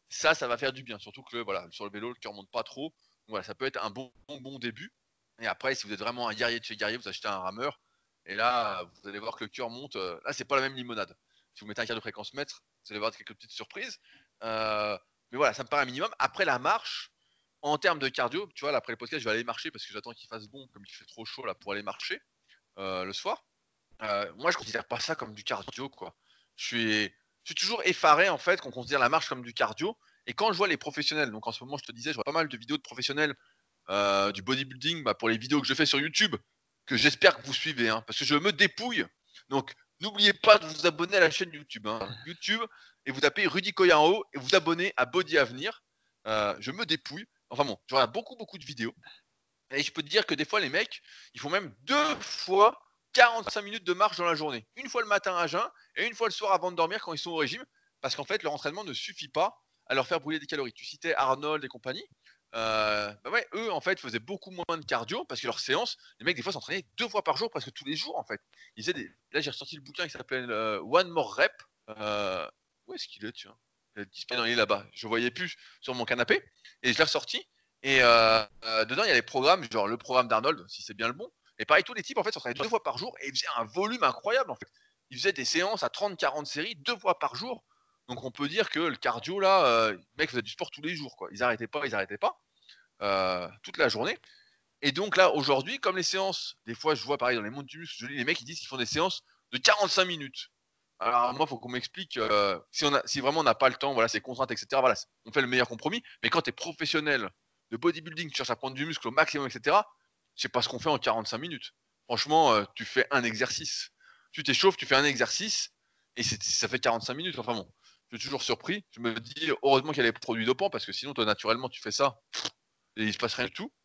ça, ça va faire du bien. Surtout que voilà, sur le vélo, le cœur monte pas trop. Donc, voilà, ça peut être un bon, bon, bon début. Et après, si vous êtes vraiment un guerrier de chez guerrier, vous achetez un rameur. Et là, vous allez voir que le cœur monte. euh, Là, c'est pas la même limonade. Si vous mettez un quart de fréquence mètre, vous allez voir quelques petites surprises. Euh, mais voilà, ça me paraît un minimum. Après la marche, en termes de cardio, tu vois, là, après le podcast, je vais aller marcher parce que j'attends qu'il fasse bon, comme il fait trop chaud là pour aller marcher euh, le soir. Euh, moi, je considère pas ça comme du cardio, quoi. Je suis, je suis toujours effaré en fait qu'on considère la marche comme du cardio. Et quand je vois les professionnels, donc en ce moment, je te disais, je vois pas mal de vidéos de professionnels euh, du bodybuilding, bah, pour les vidéos que je fais sur YouTube, que j'espère que vous suivez, hein, parce que je me dépouille. Donc, n'oubliez pas de vous abonner à la chaîne YouTube, hein, YouTube, et vous tapez Rudy Koya en haut et vous abonnez à Body Avenir. Euh, je me dépouille. Enfin bon, je regarde beaucoup beaucoup de vidéos. Et je peux te dire que des fois, les mecs, ils font même deux fois quarante-cinq minutes de marche dans la journée. Une fois le matin à jeun et une fois le soir avant de dormir quand ils sont au régime. Parce qu'en fait, leur entraînement ne suffit pas à leur faire brûler des calories. Tu citais Arnold et compagnie. Euh, bah ouais, eux, en fait, faisaient beaucoup moins de cardio parce que leur séance, les mecs, des fois, s'entraînaient deux fois par jour, presque tous les jours, en fait. Ils faisaient des... Là, j'ai ressorti le bouquin qui s'appelle euh, One More Rep. Euh... Où est-ce qu'il est, tu vois? Il a disparu, non, il est là-bas. Je ne voyais plus sur mon canapé. Et je l'ai ressorti. Et euh, euh, dedans, il y a des programmes, genre le programme d'Arnold, si c'est bien le bon. Et pareil, tous les types, en fait, s'entraînaient deux fois par jour et ils faisaient un volume incroyable, en fait. Ils faisaient des séances à trente quarante séries deux fois par jour. Donc, on peut dire que le cardio, là, euh, les mecs faisaient du sport tous les jours, quoi. Ils arrêtaient pas, ils arrêtaient pas, euh, toute la journée. Et donc, là, aujourd'hui, comme les séances, des fois, je vois pareil dans les mondes du muscle, je lis les mecs, ils disent qu'ils font des séances de quarante-cinq minutes. Alors, moi, il faut qu'on m'explique euh, si, on a, si vraiment on n'a pas le temps, voilà, c'est contraintes, et cetera. Voilà, on fait le meilleur compromis. Mais quand tu es professionnel de bodybuilding, tu cherches à prendre du muscle au maximum, et cetera, c'est pas ce qu'on fait en quarante-cinq minutes. Franchement, euh, tu fais un exercice. Tu t'échauffes, tu fais un exercice, et ça fait quarante-cinq minutes. Enfin bon, je suis toujours surpris. Je me dis, heureusement qu'il y a les produits dopants, parce que sinon, toi, naturellement, tu fais ça, et il se passe rien du tout.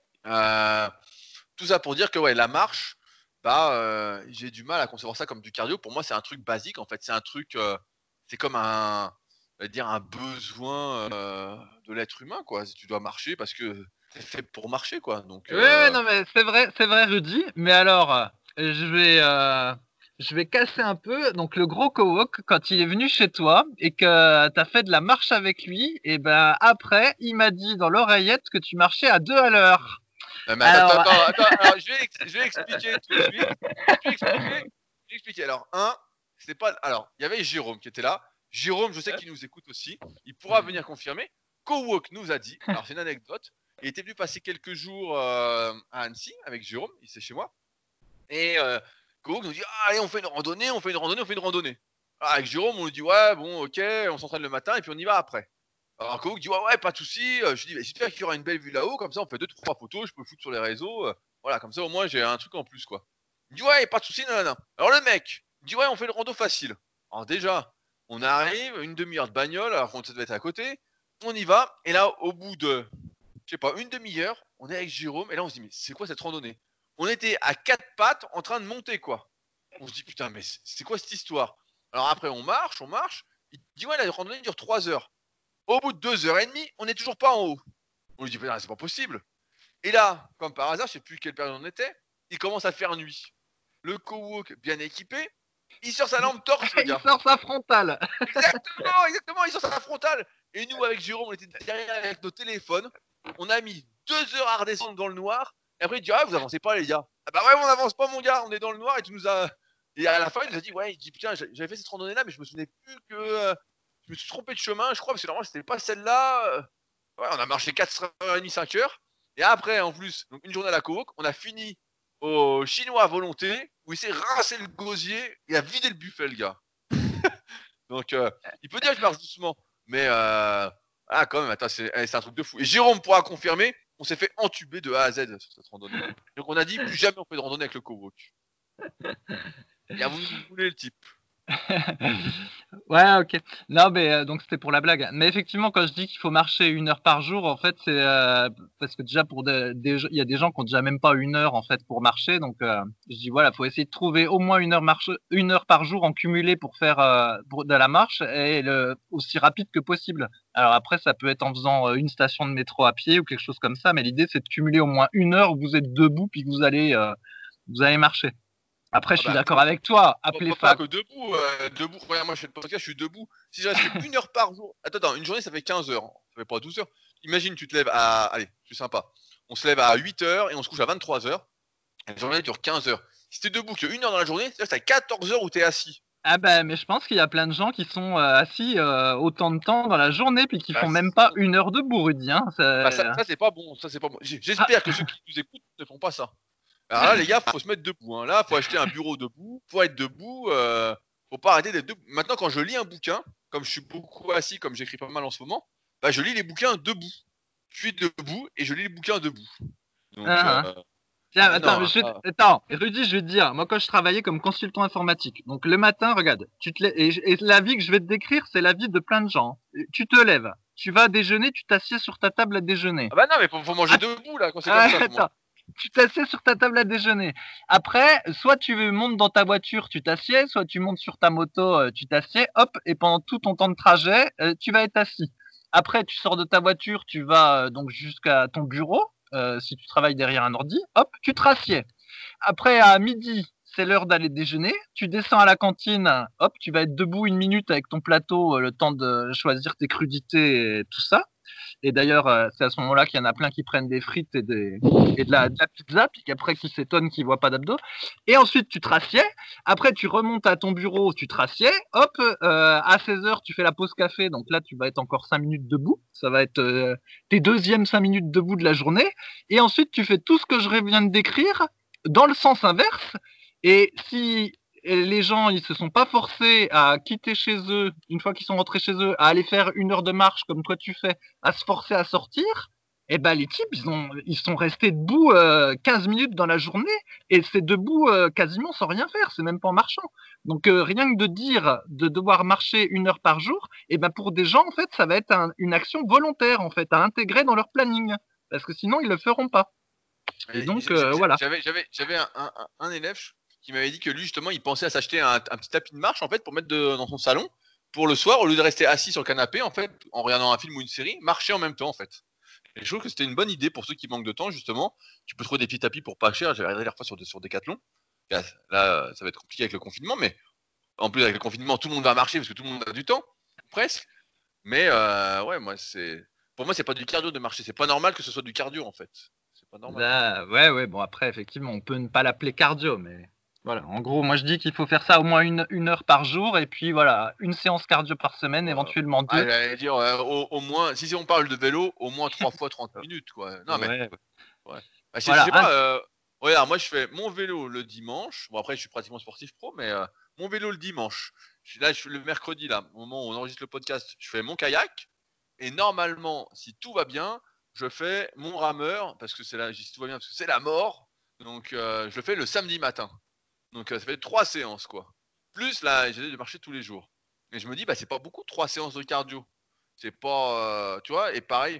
Euh, tout ça pour dire que ouais, la marche, bah, euh, j'ai du mal à concevoir ça comme du cardio. Pour moi, c'est un truc basique. En fait, c'est un truc, euh, c'est comme un, on va dire un besoin euh, de l'être humain, quoi. Si tu dois marcher parce que c'est fait pour marcher, quoi. Donc, Ouais, ouais, euh, non, mais c'est vrai, c'est vrai, Rudy. Mais alors, euh, je vais, euh, je vais casser un peu. Donc, le gros Kowok, quand il est venu chez toi et que t'as fait de la marche avec lui, et ben après, il m'a dit dans l'oreillette que tu marchais à deux à l'heure. non, mais attends, Alors, attends, attends, attends. Alors, je vais, ex- je vais expliquer tout de suite. Je vais expliquer, je vais expliquer. Alors, un, c'est pas. Alors, il y avait Jérôme qui était là. Jérôme, je sais qu'il nous écoute aussi. Il pourra venir confirmer. Kowok nous a dit. Alors, c'est une anecdote. Il était venu passer quelques jours euh, à Annecy avec Jérôme. Il c'est chez moi. Et euh, Kowok nous dit ah, allez, on fait une randonnée, on fait une randonnée, on fait une randonnée. Alors, avec Jérôme, on lui dit ouais, bon, ok, on s'entraîne le matin et puis on y va après. Alors Kowok dit ouais, ouais, pas de souci. Euh, Je dis bah, j'espère qu'il y aura une belle vue là-haut, comme ça on fait deux trois photos, je peux foutre sur les réseaux. euh, Voilà, comme ça au moins j'ai un truc en plus quoi. Il dit ouais, pas de souci, non, non, non. Alors le mec il dit ouais, on fait le rando facile. Alors déjà, on arrive, une demi-heure de bagnole, alors qu'on devait être à côté. On y va, et là au bout de, je sais pas, une demi-heure, on est avec Jérôme, et là on se dit mais c'est quoi cette randonnée? On était à quatre pattes en train de monter quoi. On se dit putain mais c'est quoi cette histoire? Alors après on marche, on marche. Il dit ouais, la randonnée dure trois heures. Au bout de deux heures et demie, on n'est toujours pas en haut. On lui dit, putain, c'est pas possible. Et là, comme par hasard, je sais plus quelle période on était, il commence à faire nuit. Le co-walk bien équipé, il sort sa lampe torche, le il gars. sort sa frontale. Exactement, exactement, il sort sa frontale. Et nous, avec Jérôme, on était derrière avec nos téléphones. On a mis deux heures à redescendre dans le noir. Et après, il dit, ah, vous avancez pas, les gars. Ah bah ouais, on avance pas, mon gars, on est dans le noir et tu nous as. Et à la fin, il nous a dit, ouais, il dit, putain, j'avais fait cette randonnée-là, mais je me souvenais plus que. euh, Je me suis trompé de chemin, je crois, parce que normalement, c'était pas celle-là. Ouais, on a marché quatre heures trente, cinq heures. Et après, en plus, donc une journée à la coke, on a fini au chinois à volonté, où il s'est rincé le gosier et a vidé le buffet, le gars. Donc, euh, il peut dire que je marche doucement, mais euh, ah, quand même, attends, c'est, c'est un truc de fou. Et Jérôme pourra confirmer, on s'est fait entuber de A à Z sur cette randonnée. Donc, on a dit, plus jamais on fait de randonnée avec le cowork. Et à vous, vous voulez le type. Ouais, ok. Non, mais euh, donc c'était pour la blague. Mais effectivement, quand je dis qu'il faut marcher une heure par jour, en fait, c'est euh, parce que déjà pour des, des, il y a des gens qui ont déjà même pas une heure en fait pour marcher. Donc, euh, je dis voilà, faut essayer de trouver au moins une heure marche, une heure par jour en cumulé pour faire euh, pour de la marche et le, aussi rapide que possible. Alors après, ça peut être en faisant une station de métro à pied ou quelque chose comme ça, mais l'idée c'est de cumuler au moins une heure où vous êtes debout puis que vous allez euh, vous allez marcher. Après, Ah je suis bah, d'accord avec toi. pas, Appeler pas, pas ça. que debout. Euh, debout. Regarde, moi, je fais le podcast, je suis debout. Si je reste une heure par jour. Attends, attends, une journée, ça fait quinze heures. Ça fait pas douze heures. Imagine, tu te lèves à. Allez, je suis sympa. On se lève à huit heures et on se couche à vingt-trois heures. La journée dure quinze heures. Si t'es debout que une heure dans la journée, c'est-à-dire que t'as quatorze heures où t'es assis. Ah ben, mais je pense qu'il y a plein de gens qui sont euh, assis euh, autant de temps dans la journée puis qui Bah, font c'est- même pas une heure debout, Rudy. Hein. bah, ça, C'est- ça, c'est pas bon. Ça, c'est pas bon. J'- Ah, J'espère que ceux qui nous écoutent ne font pas ça. Alors là, les gars, faut se mettre debout. Hein. Là, faut acheter un bureau debout. Faut être debout. Euh, faut pas arrêter d'être debout. Maintenant, quand je lis un bouquin, comme je suis beaucoup assis, comme j'écris pas mal en ce moment, bah, je lis les bouquins debout. Je suis debout et je lis les bouquins debout. Donc, ah, ah. euh, Tiens, ah attends, non, je vais ah, te- attends, Rudy, je vais te dire, moi quand je travaillais comme consultant informatique, donc le matin, regarde, tu te lè- et, je- et la vie que je vais te décrire, c'est la vie de plein de gens. Tu te lèves, tu vas déjeuner, tu t'assieds sur ta table à déjeuner. ah bah non, mais faut, faut manger Ah, debout là quand c'est comme ah, ça. Faut manger. attends, tu t'assieds sur ta table à déjeuner. Après, soit tu montes dans ta voiture, tu t'assieds, soit tu montes sur ta moto, euh, tu t'assieds, hop, et pendant tout ton temps de trajet, euh, tu vas être assis. Après, tu sors de ta voiture, tu vas euh, donc jusqu'à ton bureau. Euh, si tu travailles derrière un ordi, hop, tu te rassieds. Après, à midi, c'est l'heure d'aller déjeuner. Tu descends à la cantine, hop, tu vas être debout une minute avec ton plateau, euh, le temps de choisir tes crudités et tout ça. Et d'ailleurs, euh, c'est à ce moment-là qu'il y en a plein qui prennent des frites et, des, et de, la, de la pizza, puis qu'après qui s'étonnent qu'ils voient pas d'abdos. Et ensuite, tu te rassieds. Après, tu remontes à ton bureau, tu te rassieds. Hop, euh, à seize heures, tu fais la pause café. Donc là, tu vas être encore cinq minutes debout. Ça va être euh, tes deuxièmes cinq minutes debout de la journée. Et ensuite, tu fais tout ce que je viens de décrire dans le sens inverse. Et si les gens ils se sont pas forcés à quitter chez eux une fois qu'ils sont rentrés chez eux, à aller faire une heure de marche comme toi tu fais, à se forcer à sortir, et ben les types ils ont ils sont restés debout euh, quinze minutes dans la journée et c'est debout euh, quasiment sans rien faire, c'est même pas en marchant. Donc euh, rien que de dire de devoir marcher une heure par jour, et ben pour des gens en fait ça va être un, une action volontaire en fait à intégrer dans leur planning parce que sinon ils le feront pas. Et Et donc j'ai- j'ai- euh, voilà. J'avais, j'avais, j'avais un, un, un élève qui m'avait dit que lui justement, il pensait à s'acheter un, un petit tapis de marche en fait pour mettre de, dans son salon pour le soir, au lieu de rester assis sur le canapé en fait, en regardant un film ou une série, marcher en même temps en fait. Et je trouve que c'était une bonne idée pour ceux qui manquent de temps justement. Tu peux trouver des petits tapis pour pas cher. J'avais regardé la fois sur, sur Decathlon. Là, là, ça va être compliqué avec le confinement, mais en plus avec le confinement, tout le monde va marcher parce que tout le monde a du temps, presque. Mais euh, ouais, moi c'est, pour moi c'est pas du cardio de marcher. C'est pas normal que ce soit du cardio en fait. C'est pas normal. Là, ouais, ouais, bon après, effectivement, on peut ne pas l'appeler cardio, mais voilà. En gros, moi je dis qu'il faut faire ça au moins une, une heure par jour, et puis voilà, une séance cardio par semaine, Euh, éventuellement ah, deux. j'allais dire euh, au, au moins, si on parle de vélo, au moins trois fois trente minutes quoi. Non mais Ouais, ouais. Bah, je, sais- je voilà. sais Un- pas. Euh, regarde, moi je fais mon vélo le dimanche. Bon après je suis pratiquement sportif pro, mais euh, mon vélo le dimanche. Je suis là, je suis le mercredi là, au moment où on enregistre le podcast, je fais mon kayak. Et normalement, si tout va bien, je fais mon rameur parce que c'est là, si tout va bien, parce que c'est la mort. Donc euh, je le fais le samedi matin. Donc euh, ça fait trois séances quoi. Plus là, j'essaie de marcher tous les jours. Et je me dis bah c'est pas beaucoup trois séances de cardio. C'est pas, euh, tu vois. Et pareil,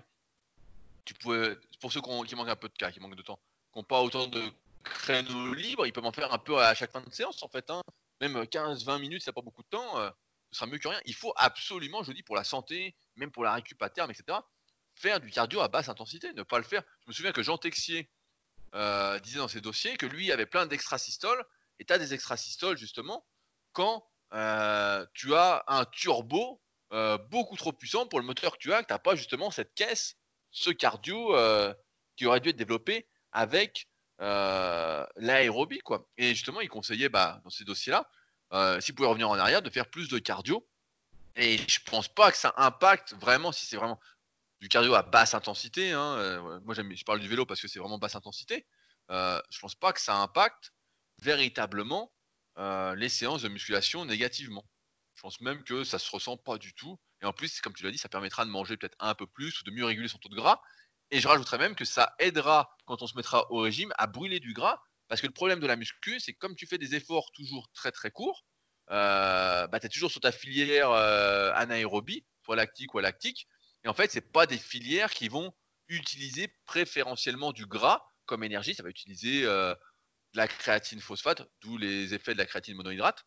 tu pouvais, pour ceux qui, ont- qui manquent un peu de cas, qui manquent de temps, qui n'ont pas autant de créneaux libres, ils peuvent en faire un peu à chaque fin de séance en fait. Hein. Même quinze vingt minutes, ça n'a pas beaucoup de temps, euh, ce sera mieux que rien. Il faut absolument, je dis, pour la santé, même pour la récup à terme, et cetera, faire du cardio à basse intensité, ne pas le faire. Je me souviens que Jean Texier euh, disait dans ses dossiers que lui avait plein d'extrasystoles, et tu as des extrasystoles justement quand euh, tu as un turbo euh, beaucoup trop puissant pour le moteur que tu as, que tu n'as pas justement cette caisse, ce cardio euh, qui aurait dû être développé avec euh, l'aérobie quoi. Et justement, il conseillait bah, dans ces dossiers-là, euh, s'il pouvait revenir en arrière, de faire plus de cardio. Et je pense pas que ça impacte vraiment, si c'est vraiment du cardio à basse intensité. Hein, euh, moi, j'aime, je parle du vélo parce que c'est vraiment basse intensité. Euh, je pense pas que ça impacte véritablement euh, les séances de musculation négativement. Je pense même que ça se ressent pas du tout. Et en plus, comme tu l'as dit, ça permettra de manger peut-être un peu plus ou de mieux réguler son taux de gras. Et je rajouterais même que ça aidera, quand on se mettra au régime, à brûler du gras. Parce que le problème de la muscu, c'est que comme tu fais des efforts toujours très très courts, euh, bah, tu es toujours sur ta filière euh, anaérobie, soit lactique ou lactique. Et en fait, c'est pas des filières qui vont utiliser préférentiellement du gras comme énergie. Ça va utiliser euh, de la créatine phosphate, d'où les effets de la créatine monohydrate.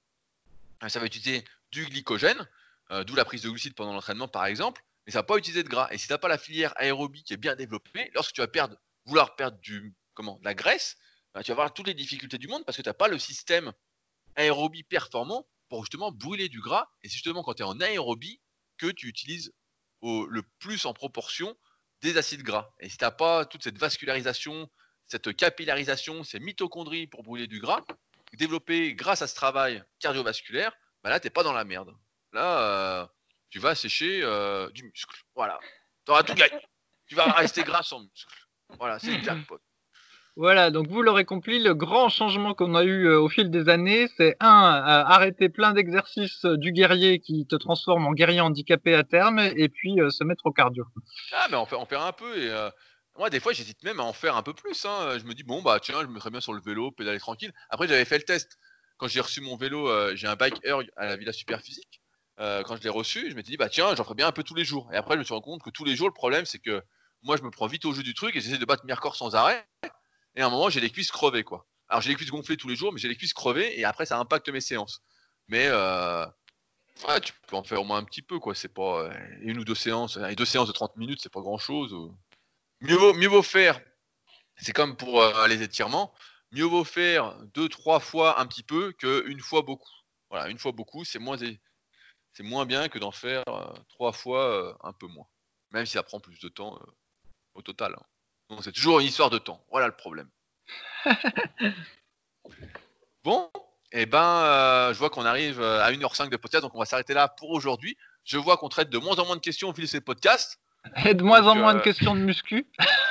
Ça va utiliser du glycogène, euh, d'où la prise de glucides pendant l'entraînement par exemple, mais ça va pas utiliser de gras. Et si tu n'as pas la filière aérobie qui est bien développée, lorsque tu vas perdre, vouloir perdre du, comment, de la graisse, bah, tu vas avoir toutes les difficultés du monde parce que tu n'as pas le système aérobie performant pour justement brûler du gras. Et c'est justement quand tu es en aérobie que tu utilises au, le plus en proportion des acides gras. Et si tu n'as pas toute cette vascularisation, cette capillarisation, ces mitochondries pour brûler du gras, développées grâce à ce travail cardiovasculaire, bah là, tu n'es pas dans la merde. Là, euh, tu vas sécher euh, du muscle. Voilà. Tu auras tout gagné. Tu vas rester gras sans muscle. Voilà, c'est le jackpot. Voilà, donc vous l'aurez compris, le grand changement qu'on a eu euh, au fil des années, c'est un, euh, arrêter plein d'exercices euh, du guerrier qui te transforme en guerrier handicapé à terme, et puis euh, se mettre au cardio. Ah, mais en faire, en faire un peu. Et euh, moi, des fois, j'hésite même à en faire un peu plus. Hein. Je me dis, bon, bah, tiens, je me mettrais bien sur le vélo, pédaler tranquille. Après, j'avais fait le test. Quand j'ai reçu mon vélo, euh, j'ai un bike erg à la Villa Superphysique. Euh, quand je l'ai reçu, je m'étais dit, bah, tiens, j'en ferais bien un peu tous les jours. Et après, je me suis rendu compte que tous les jours, le problème, c'est que moi, je me prends vite au jeu du truc et j'essaie de battre mes records sans arrêt. Et à un moment, j'ai les cuisses crevées, quoi. Alors, j'ai les cuisses gonflées tous les jours, mais j'ai les cuisses crevées et après, ça impacte mes séances. Mais, euh, ouais, tu peux en faire au moins un petit peu, quoi. C'est pas euh, une ou deux séances. Et deux séances de trente minutes, c'est pas grand chose. Mieux vaut, mieux vaut faire, c'est comme pour euh, les étirements, mieux vaut faire deux, trois fois un petit peu qu'une fois beaucoup. Voilà, une fois beaucoup, c'est moins, c'est moins bien que d'en faire euh, trois fois euh, un peu moins. Même si ça prend plus de temps euh, au total. Hein. Donc c'est toujours une histoire de temps. Voilà le problème. Bon, et eh ben, euh, je vois qu'on arrive à une heure cinq de podcast, donc on va s'arrêter là pour aujourd'hui. Je vois qu'on traite de moins en moins de questions au fil de ces podcasts. Et de moins Donc, en moins de euh, questions de muscu.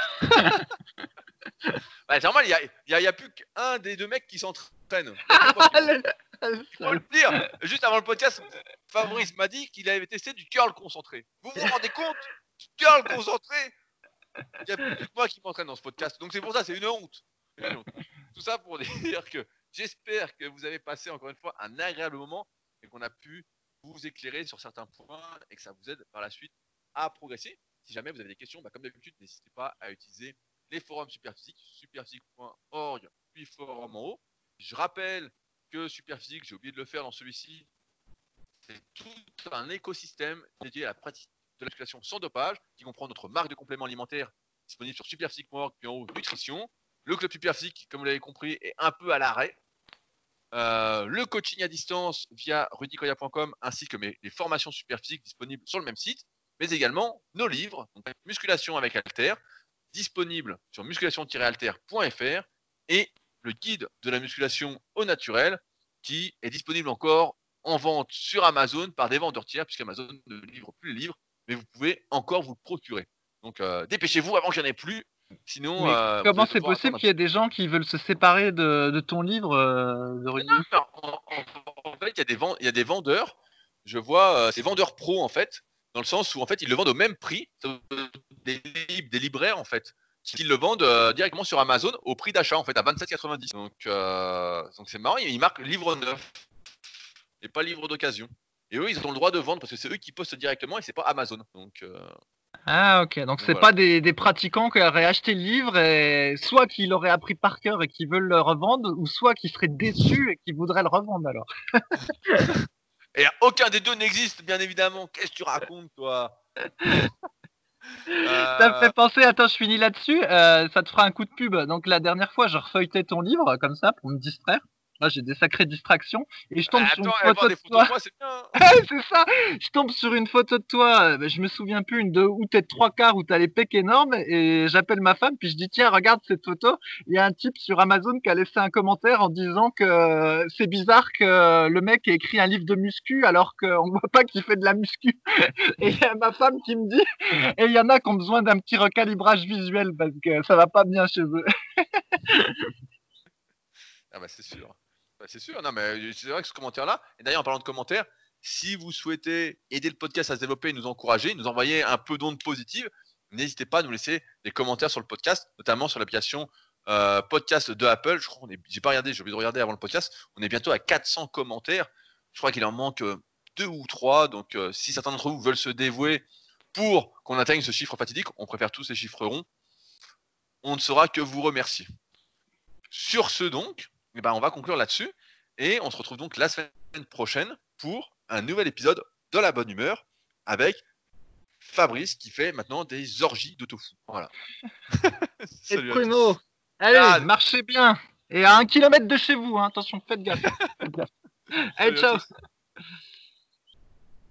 bah, c'est normal, il n'y a, a, a, plus qu'un des deux mecs qui s'entraîne. Il n'y a que moi qui m'entraîne. Il faut le dire. Juste avant le podcast, Fabrice m'a dit qu'il avait testé du curl concentré. Vous vous rendez compte? Du curl concentré? Il n'y a plus que moi qui m'entraîne dans ce podcast. Donc c'est pour ça, c'est une honte. une honte. Tout ça pour dire que j'espère que vous avez passé encore une fois un agréable moment et qu'on a pu vous éclairer sur certains points et que ça vous aide par la suite à progresser. Si jamais vous avez des questions, bah, comme d'habitude, n'hésitez pas à utiliser les forums Superphysique, superphysique point org, puis forum en haut. Je rappelle que Superphysique, j'ai oublié de le faire dans celui-ci, c'est tout un écosystème dédié à la pratique de la musculation sans dopage, qui comprend notre marque de compléments alimentaires disponible sur superphysique point org, puis en haut, nutrition. Le club Superphysique, comme vous l'avez compris, est un peu à l'arrêt. Euh, le coaching à distance via rudy koya point com ainsi que mes, les formations Superphysique disponibles sur le même site, mais également nos livres, donc musculation avec haltère, disponible sur musculation tiret haltère point f r et le guide de la musculation au naturel qui est disponible encore en vente sur Amazon par des vendeurs tiers puisqu'Amazon ne livre plus les livres, mais vous pouvez encore vous le procurer. Donc euh, dépêchez-vous avant qu'il n'y en ait plus. Sinon, Mais euh, comment c'est possible qu'il y ait des gens qui veulent se séparer de, de ton livre, euh, de Rudy? Non, en, en, en, fait, il y, a des vend- il y a des vendeurs, je vois, euh, c'est vendeurs pro en fait, dans le sens où en fait ils le vendent au même prix, des, des libraires en fait, qui le vendent euh, directement sur Amazon au prix d'achat en fait à vingt-sept quatre-vingt-dix. Donc euh, donc c'est marrant, ils marquent livre neuf et pas livre d'occasion. Et eux, ils ont le droit de vendre parce que c'est eux qui postent directement et c'est pas Amazon. Donc euh, Ah ok, donc, donc c'est voilà. Pas des, des pratiquants qui auraient acheté le livre et soit qui l'auraient appris par cœur et qui veulent le revendre, ou soit qui seraient déçus et qui voudraient le revendre alors. Et aucun des deux n'existe, bien évidemment. Qu'est-ce que tu racontes, toi? euh... Ça me fait penser, attends, je finis là-dessus, euh, ça te fera un coup de pub. Donc la dernière fois, je refeuilletais ton livre comme ça pour me distraire. Là, j'ai des sacrées distractions et je tombe ah, sur attends, une photo des de photos toi. De moi, c'est bien. C'est ça. Je tombe sur une photo de toi. Ben, je me souviens plus une de où t'es de trois quarts où t'as les pecs énormes et j'appelle ma femme puis je dis tiens regarde cette photo. Il y a un type sur Amazon qui a laissé un commentaire en disant que c'est bizarre que le mec ait écrit un livre de muscu alors qu'on voit pas qu'il fait de la muscu. Et il y a ma femme qui me dit et il y en a qui ont besoin d'un petit recalibrage visuel parce que ça va pas bien chez eux. Ah bah c'est sûr. Bah, c'est sûr, non mais c'est vrai que ce commentaire-là, et d'ailleurs en parlant de commentaires, si vous souhaitez aider le podcast à se développer et nous encourager, nous envoyer un peu d'ondes positives, n'hésitez pas à nous laisser des commentaires sur le podcast, notamment sur l'application euh, podcast de Apple. Je crois qu'on est, j'ai pas regardé, j'ai oublié de regarder avant le podcast. On est bientôt à quatre cents commentaires. Je crois qu'il en manque euh, deux ou trois. Donc euh, si certains d'entre vous veulent se dévouer pour qu'on atteigne ce chiffre fatidique, on préfère tous ces chiffres ronds. On ne saura que vous remercier. Sur ce donc, eh ben on va conclure là-dessus et on se retrouve donc la semaine prochaine pour un nouvel épisode de la bonne humeur avec Fabrice qui fait maintenant des orgies de tofu. Voilà. Et Pruno. Allez, Ah. marchez bien. Et à un kilomètre de chez vous, hein. Attention, faites gaffe. Faites gaffe. Allez, ciao.